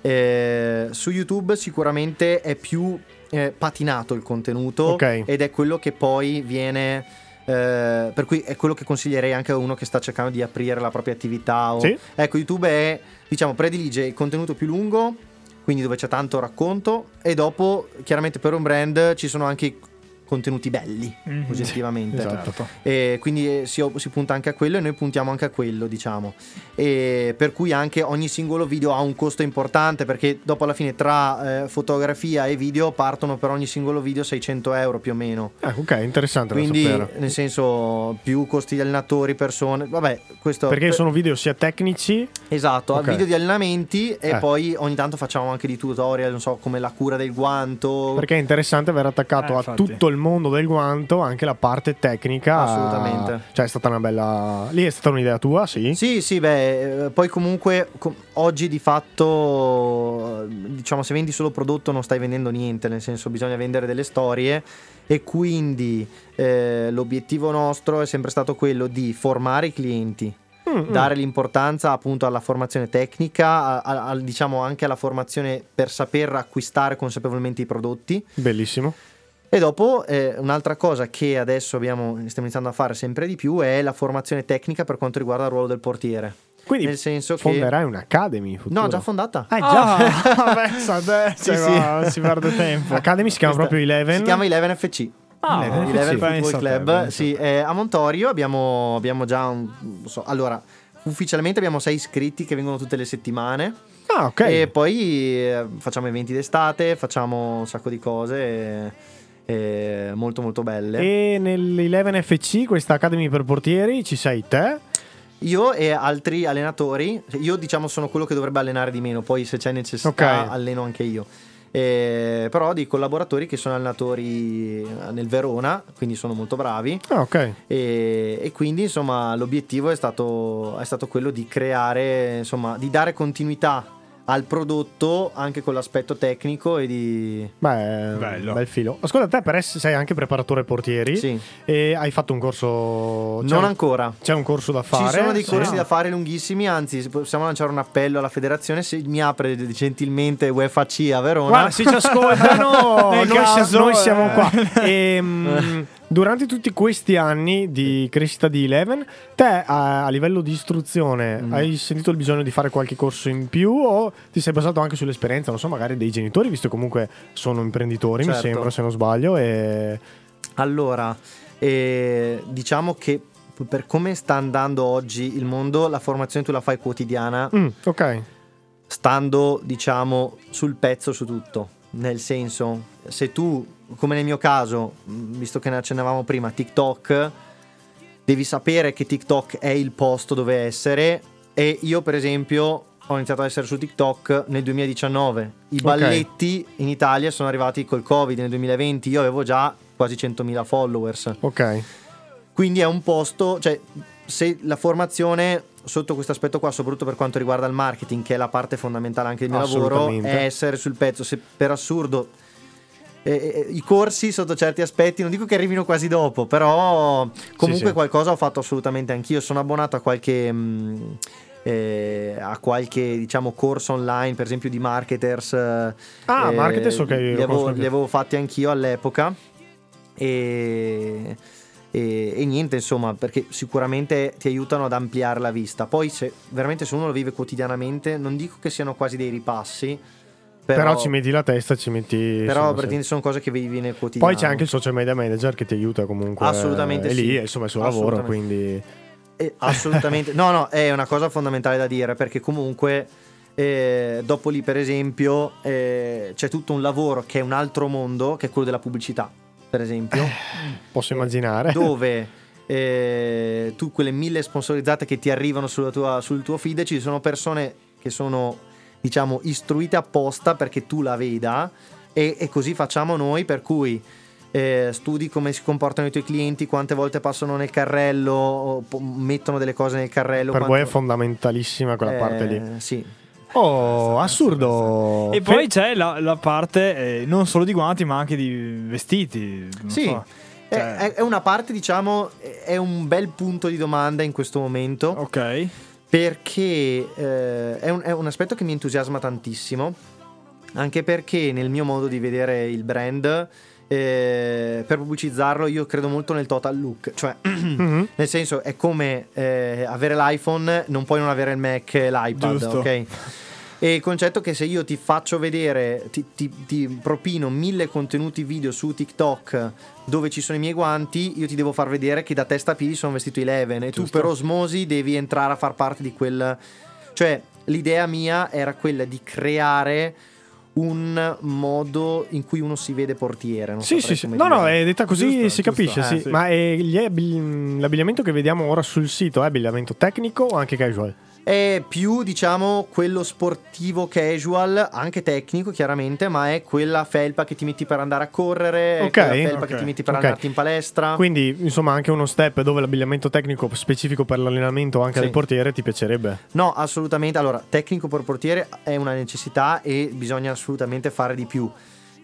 eh, su YouTube sicuramente è più eh, patinato il contenuto Ok. ed è quello che poi viene, eh, per cui è quello che consiglierei anche a uno che sta cercando di aprire la propria attività. O, Sì. Ecco, YouTube è, diciamo, predilige il contenuto più lungo, quindi dove c'è tanto racconto, e dopo chiaramente per un brand ci sono anche contenuti belli, Mhm. oggettivamente. Esatto. E quindi eh, si, si punta anche a quello e noi puntiamo anche a quello, diciamo. E per cui anche ogni singolo video ha un costo importante, perché dopo alla fine tra eh, fotografia e video partono per ogni singolo video seicento euro più o meno. Ah, ok, interessante da Quindi sapere. nel senso più costi di allenatori, persone, vabbè, questo Perché per- sono video sia tecnici. esatto, Ok. video di allenamenti e Eh. poi ogni tanto facciamo anche di tutorial, non so, come la cura del guanto. Perché è interessante aver attaccato Eh, a infatti. tutto il mondo del guanto anche la parte tecnica. Assolutamente. Cioè è stata una bella. Lì è stata un'idea tua, sì? Sì, sì, beh, eh, poi comunque com- oggi di fatto, eh, diciamo, se vendi solo prodotto non stai vendendo niente, nel senso bisogna vendere delle storie e quindi eh, l'obiettivo nostro è sempre stato quello di formare i clienti, Mm, dare l'importanza appunto alla formazione tecnica, a- a- al- diciamo anche alla formazione per saper acquistare consapevolmente i prodotti. Bellissimo. E dopo eh, un'altra cosa che adesso abbiamo, stiamo iniziando a fare sempre di più è la formazione tecnica per quanto riguarda il ruolo del portiere. Quindi Nel senso che fonderai un'Academy in futuro. no, già fondata. Ah, già. Ah, pensa adesso, Sì, sì. non si perde tempo. L'Academy si chiama Questa- proprio Eleven. Si chiama Eleven F C. Ah, Eleven Eleven F C. Football pensa a te, Club. pensa Sì, eh, a Montorio abbiamo, abbiamo già un, non so, allora ufficialmente abbiamo sei iscritti che vengono tutte le settimane. Ah, ok. E poi eh, facciamo eventi d'estate, facciamo un sacco di cose eh, eh, molto molto belle. E nell'Eleven F C, questa Academy per portieri, ci sei te. Io e altri allenatori, io diciamo sono quello che dovrebbe allenare di meno, poi se c'è necessità Ok. alleno anche io. Eh, però dei collaboratori che sono allenatori nel Verona, quindi sono molto bravi. Ah, ok. E, e quindi insomma l'obiettivo è stato, è stato quello di creare, insomma, di dare continuità al prodotto anche con l'aspetto tecnico e di... Beh, Bello. bel filo. Ascolta, te per essere, sei anche preparatore portieri. Sì. E hai fatto un corso. c'è Non un- ancora. C'è un corso da fare. Ci sono dei Sì. corsi da fare lunghissimi, anzi possiamo lanciare un appello alla federazione, se mi apre gentilmente UEFA C a Verona. Guarda, se ci ascoltano, Nel noi, sia- caso, noi siamo eh. qua. Ehm, durante tutti questi anni di crescita di Eleven, te a, a livello di istruzione Mm. hai sentito il bisogno di fare qualche corso in più o ti sei basato anche sull'esperienza, non so, magari dei genitori, visto che comunque sono imprenditori, mi Certo. sembra, se non sbaglio. E... Allora, eh, diciamo che per come sta andando oggi il mondo, la formazione tu la fai quotidiana, Mm, ok. stando diciamo sul pezzo su tutto. Nel senso, se tu, come nel mio caso, mh, visto che ne accennavamo prima, TikTok, devi sapere che TikTok è il posto dove essere. E io per esempio ho iniziato ad essere su TikTok nel duemiladiciannove. I Ok. balletti in Italia sono arrivati col Covid nel duemilaventi. Io avevo già quasi centomila followers. Ok. Quindi è un posto, cioè se la formazione sotto questo aspetto qua, soprattutto per quanto riguarda il marketing, che è la parte fondamentale anche del mio lavoro, Assolutamente. è essere sul pezzo. Se per assurdo eh, eh, i corsi sotto certi aspetti non dico che arrivino quasi dopo, però comunque sì. qualcosa ho fatto assolutamente anch'io. Sono abbonato a qualche mh, eh, a qualche diciamo corso online, per esempio di marketers. Ah, eh, marketers, ok, lo li conosco avevo, anche. li avevo fatti anch'io all'epoca. e, e, e niente, insomma, perché sicuramente ti aiutano ad ampliare la vista. Poi se veramente se uno lo vive quotidianamente, non dico che siano quasi dei ripassi, però, Però ci metti la testa, ci metti. però insomma, praticamente sono cose che vivi nel quotidiano. Poi c'è anche il social media manager che ti aiuta comunque. Assolutamente è lì, sì. è, insomma, il suo lavoro, Assolutamente. quindi. Eh, assolutamente, no, no, è una cosa fondamentale da dire, perché comunque eh, dopo lì, per esempio, eh, c'è tutto un lavoro che è un altro mondo, che è quello della pubblicità, per esempio, Posso immaginare. dove eh, tu quelle mille sponsorizzate che ti arrivano sulla tua, sul tuo feed, ci sono persone che sono, diciamo, istruite apposta perché tu la veda, e, e così facciamo noi, per cui Eh, studi come si comportano i tuoi clienti, quante volte passano nel carrello, o po- mettono delle cose nel carrello. Per quanto... voi è fondamentalissima quella Eh, parte lì. Sì. Oh, assurdo. E poi Fe- c'è la, la parte eh, non solo di guanti, ma anche di vestiti. non Sì. so. È, Cioè- è- è una parte, diciamo, è un bel punto di domanda in questo momento, Ok. perché eh, è, un, è un aspetto che mi entusiasma tantissimo, anche perché nel mio modo di vedere il brand, eh, per pubblicizzarlo io credo molto nel total look, cioè Mhm. nel senso è come eh, avere l'iPhone, non puoi non avere il Mac e l'iPad, Giusto. ok? E il concetto è che se io ti faccio vedere, ti, ti, ti propino mille contenuti video su TikTok dove ci sono i miei guanti, io ti devo far vedere che da testa a piedi sono vestito Eleven, e tu Giusto. per osmosi devi entrare a far parte di quel... Cioè l'idea mia era quella di creare un modo in cui uno si vede portiere. Non Sì, saprei sì, sì. come No, no, dire. è detta così, Giusto, si giusto. capisce, Eh, sì. sì. Ma è- gli abbi- l'abbigliamento che vediamo ora sul sito è abbigliamento tecnico o anche casual? È più, diciamo, quello sportivo casual, anche tecnico chiaramente, ma è quella felpa che ti metti per andare a correre, è Ok, quella felpa ok, che ti metti per ok. andarti in palestra. Quindi, insomma, anche uno step dove l'abbigliamento tecnico specifico per l'allenamento anche Sì. del portiere ti piacerebbe? No, assolutamente. Allora, tecnico per portiere è una necessità e bisogna assolutamente fare di più.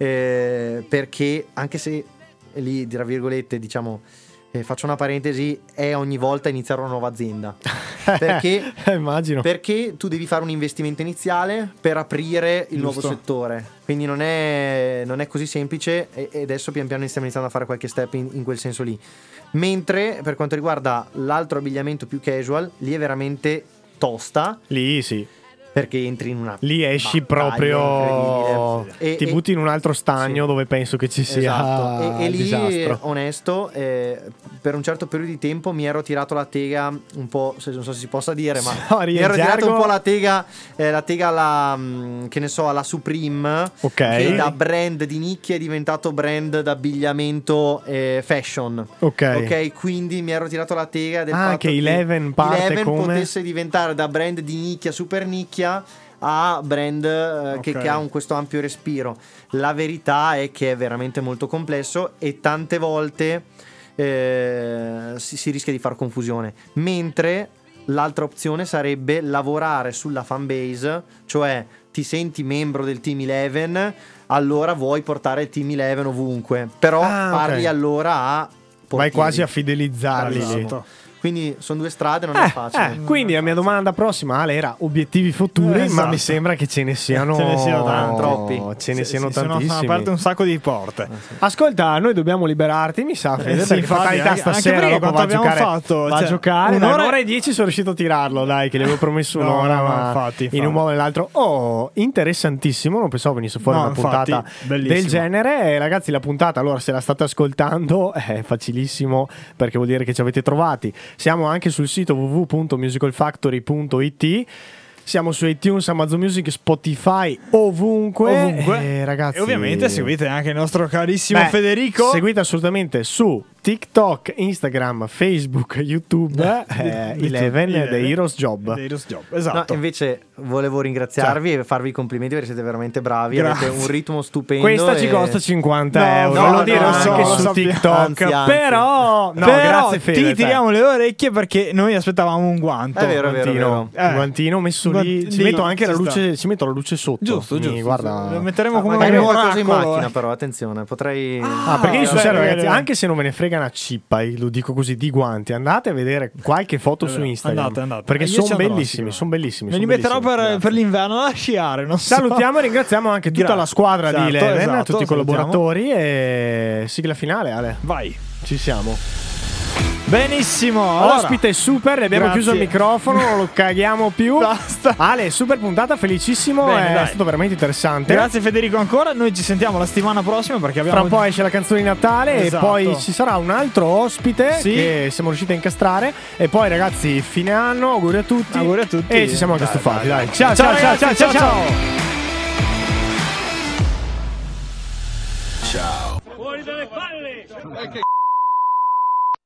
Eh, perché anche se lì, tra virgolette, diciamo, eh, faccio una parentesi, è ogni volta iniziare una nuova azienda. Perché? Eh, immagino. Perché tu devi fare un investimento iniziale per aprire il nuovo Giusto. settore. Quindi non è, non è così semplice, e e adesso pian piano stiamo iniziando a fare qualche step in, in quel senso lì. Mentre per quanto riguarda l'altro abbigliamento più casual, lì è veramente tosta, Lì sì. perché entri in una Lì esci battaglia proprio. incredibile. E- ti e- butti in un altro stagno sì. dove penso che ci sia Esatto. E, e lì, disastro. onesto, eh, per un certo periodo di tempo mi ero tirato la tega un po', se non so se si possa dire, ma Sorry, mi ero in tirato gergo. un po' la tega, eh, la tega alla, mh, che ne so, alla Supreme, Ok. che da brand di nicchia è diventato brand d'abbigliamento eh, fashion. Ok. Ok, quindi mi ero tirato la tega del Ah, fatto che Eleven parte Eleven come- potesse diventare da brand di nicchia, super nicchia, a brand eh, che, Ok. che ha un, questo ampio respiro. La verità è che è veramente molto complesso e tante volte eh, si, si rischia di far confusione. Mentre l'altra opzione sarebbe lavorare sulla fanbase, cioè ti senti membro del Team Eleven, allora vuoi portare il Team Eleven ovunque, però Ah, parli ok. allora a Vai portieri. quasi a fidelizzarli lì. Bravissimo. Quindi sono due strade, non è Eh, facile. eh, quindi la mia domanda prossima, Ale, era obiettivi futuri, Eh, esatto. ma mi sembra che ce ne siano Ce ne siano tanti. Troppi. Ce ne Sì, siano sì, sono- tantissimi. Sono aperte un sacco di porte. Ascolta, noi dobbiamo liberarti, mi sa, Fede, Eh, sì, perché infatti, fatalità anche- stasera anche perché dopo va a quanto giocare, abbiamo fatto? va a Cioè, giocare. un'ora Un'ora, e- e dieci sono riuscito a tirarlo, dai, che gli avevo promesso No, un'ora, no, ma infatti, in infatti. un modo o nell'altro. Oh, interessantissimo, non pensavo venisse fuori No, una infatti, puntata bellissimo. del genere. E, ragazzi, la puntata, allora, se la state ascoltando, è facilissimo, perché vuol dire che ci avete trovati. Siamo anche sul sito w w w punto musical factory punto i t. Siamo su iTunes, Amazon Music, Spotify, ovunque. Ovunque. Eh, ragazzi, E ovviamente seguite anche il nostro carissimo Beh, Federico. Seguite assolutamente su TikTok, Instagram, Facebook, YouTube, eh, Di- di Eleven, tutti, The Eleven. Heroes Job. The Heroes Job, No, esatto. invece volevo ringraziarvi e farvi i complimenti perché siete veramente bravi. Grazie. Avete un ritmo stupendo. Questa e- ci costa cinquanta No, euro. no, lo no, dire no, anche no, su lo TikTok. sappiamo. Anzi, anzi. Però, no, Però grazie Fede. ti dai. tiriamo le orecchie perché noi aspettavamo un guanto. È vero, è vero, è Guantino, vero. un guantino messo Guant- lì. Ci lì, metto anche la ci luce, ci metto la luce sotto. Giusto, Mi giusto. Guarda. Lo metteremo Ah, come magari un ho qualcosa in oracolo. macchina, però attenzione, potrei. Ah, perché io sul beh, serio, beh, ragazzi, beh. anche se non me ne frega una cippa, lo dico così, di guanti. Andate a vedere qualche foto su Instagram. Andate, andate. Perché Io sono ci andrò, bellissimi, sono bellissimi. Me li son metterò bellissimi. per, per l'inverno da sciare. Non so. Salutiamo e ringraziamo anche tutta Grazie. la squadra Certo, di Eleven, esatto, tutti i salutiamo. collaboratori e sigla finale, Ale. Vai. Ci siamo. Benissimo. Allora, Ospite super, le abbiamo grazie. chiuso il microfono, non lo caghiamo più. Basta. Ale, super puntata, felicissimo, Bene, è dai. stato veramente interessante. Grazie Federico ancora. Noi ci sentiamo la settimana prossima perché abbiamo Fra un po' esce la canzone di Natale Esatto. e poi ci sarà un altro ospite Sì. che siamo riusciti a incastrare. E poi ragazzi, fine anno, auguri a tutti. Auguri a tutti. E ci siamo anche Dai, stufati, dai, dai. dai. Ciao, ciao, ciao, ciao, ciao, ciao. ciao. Fuori dalle palle!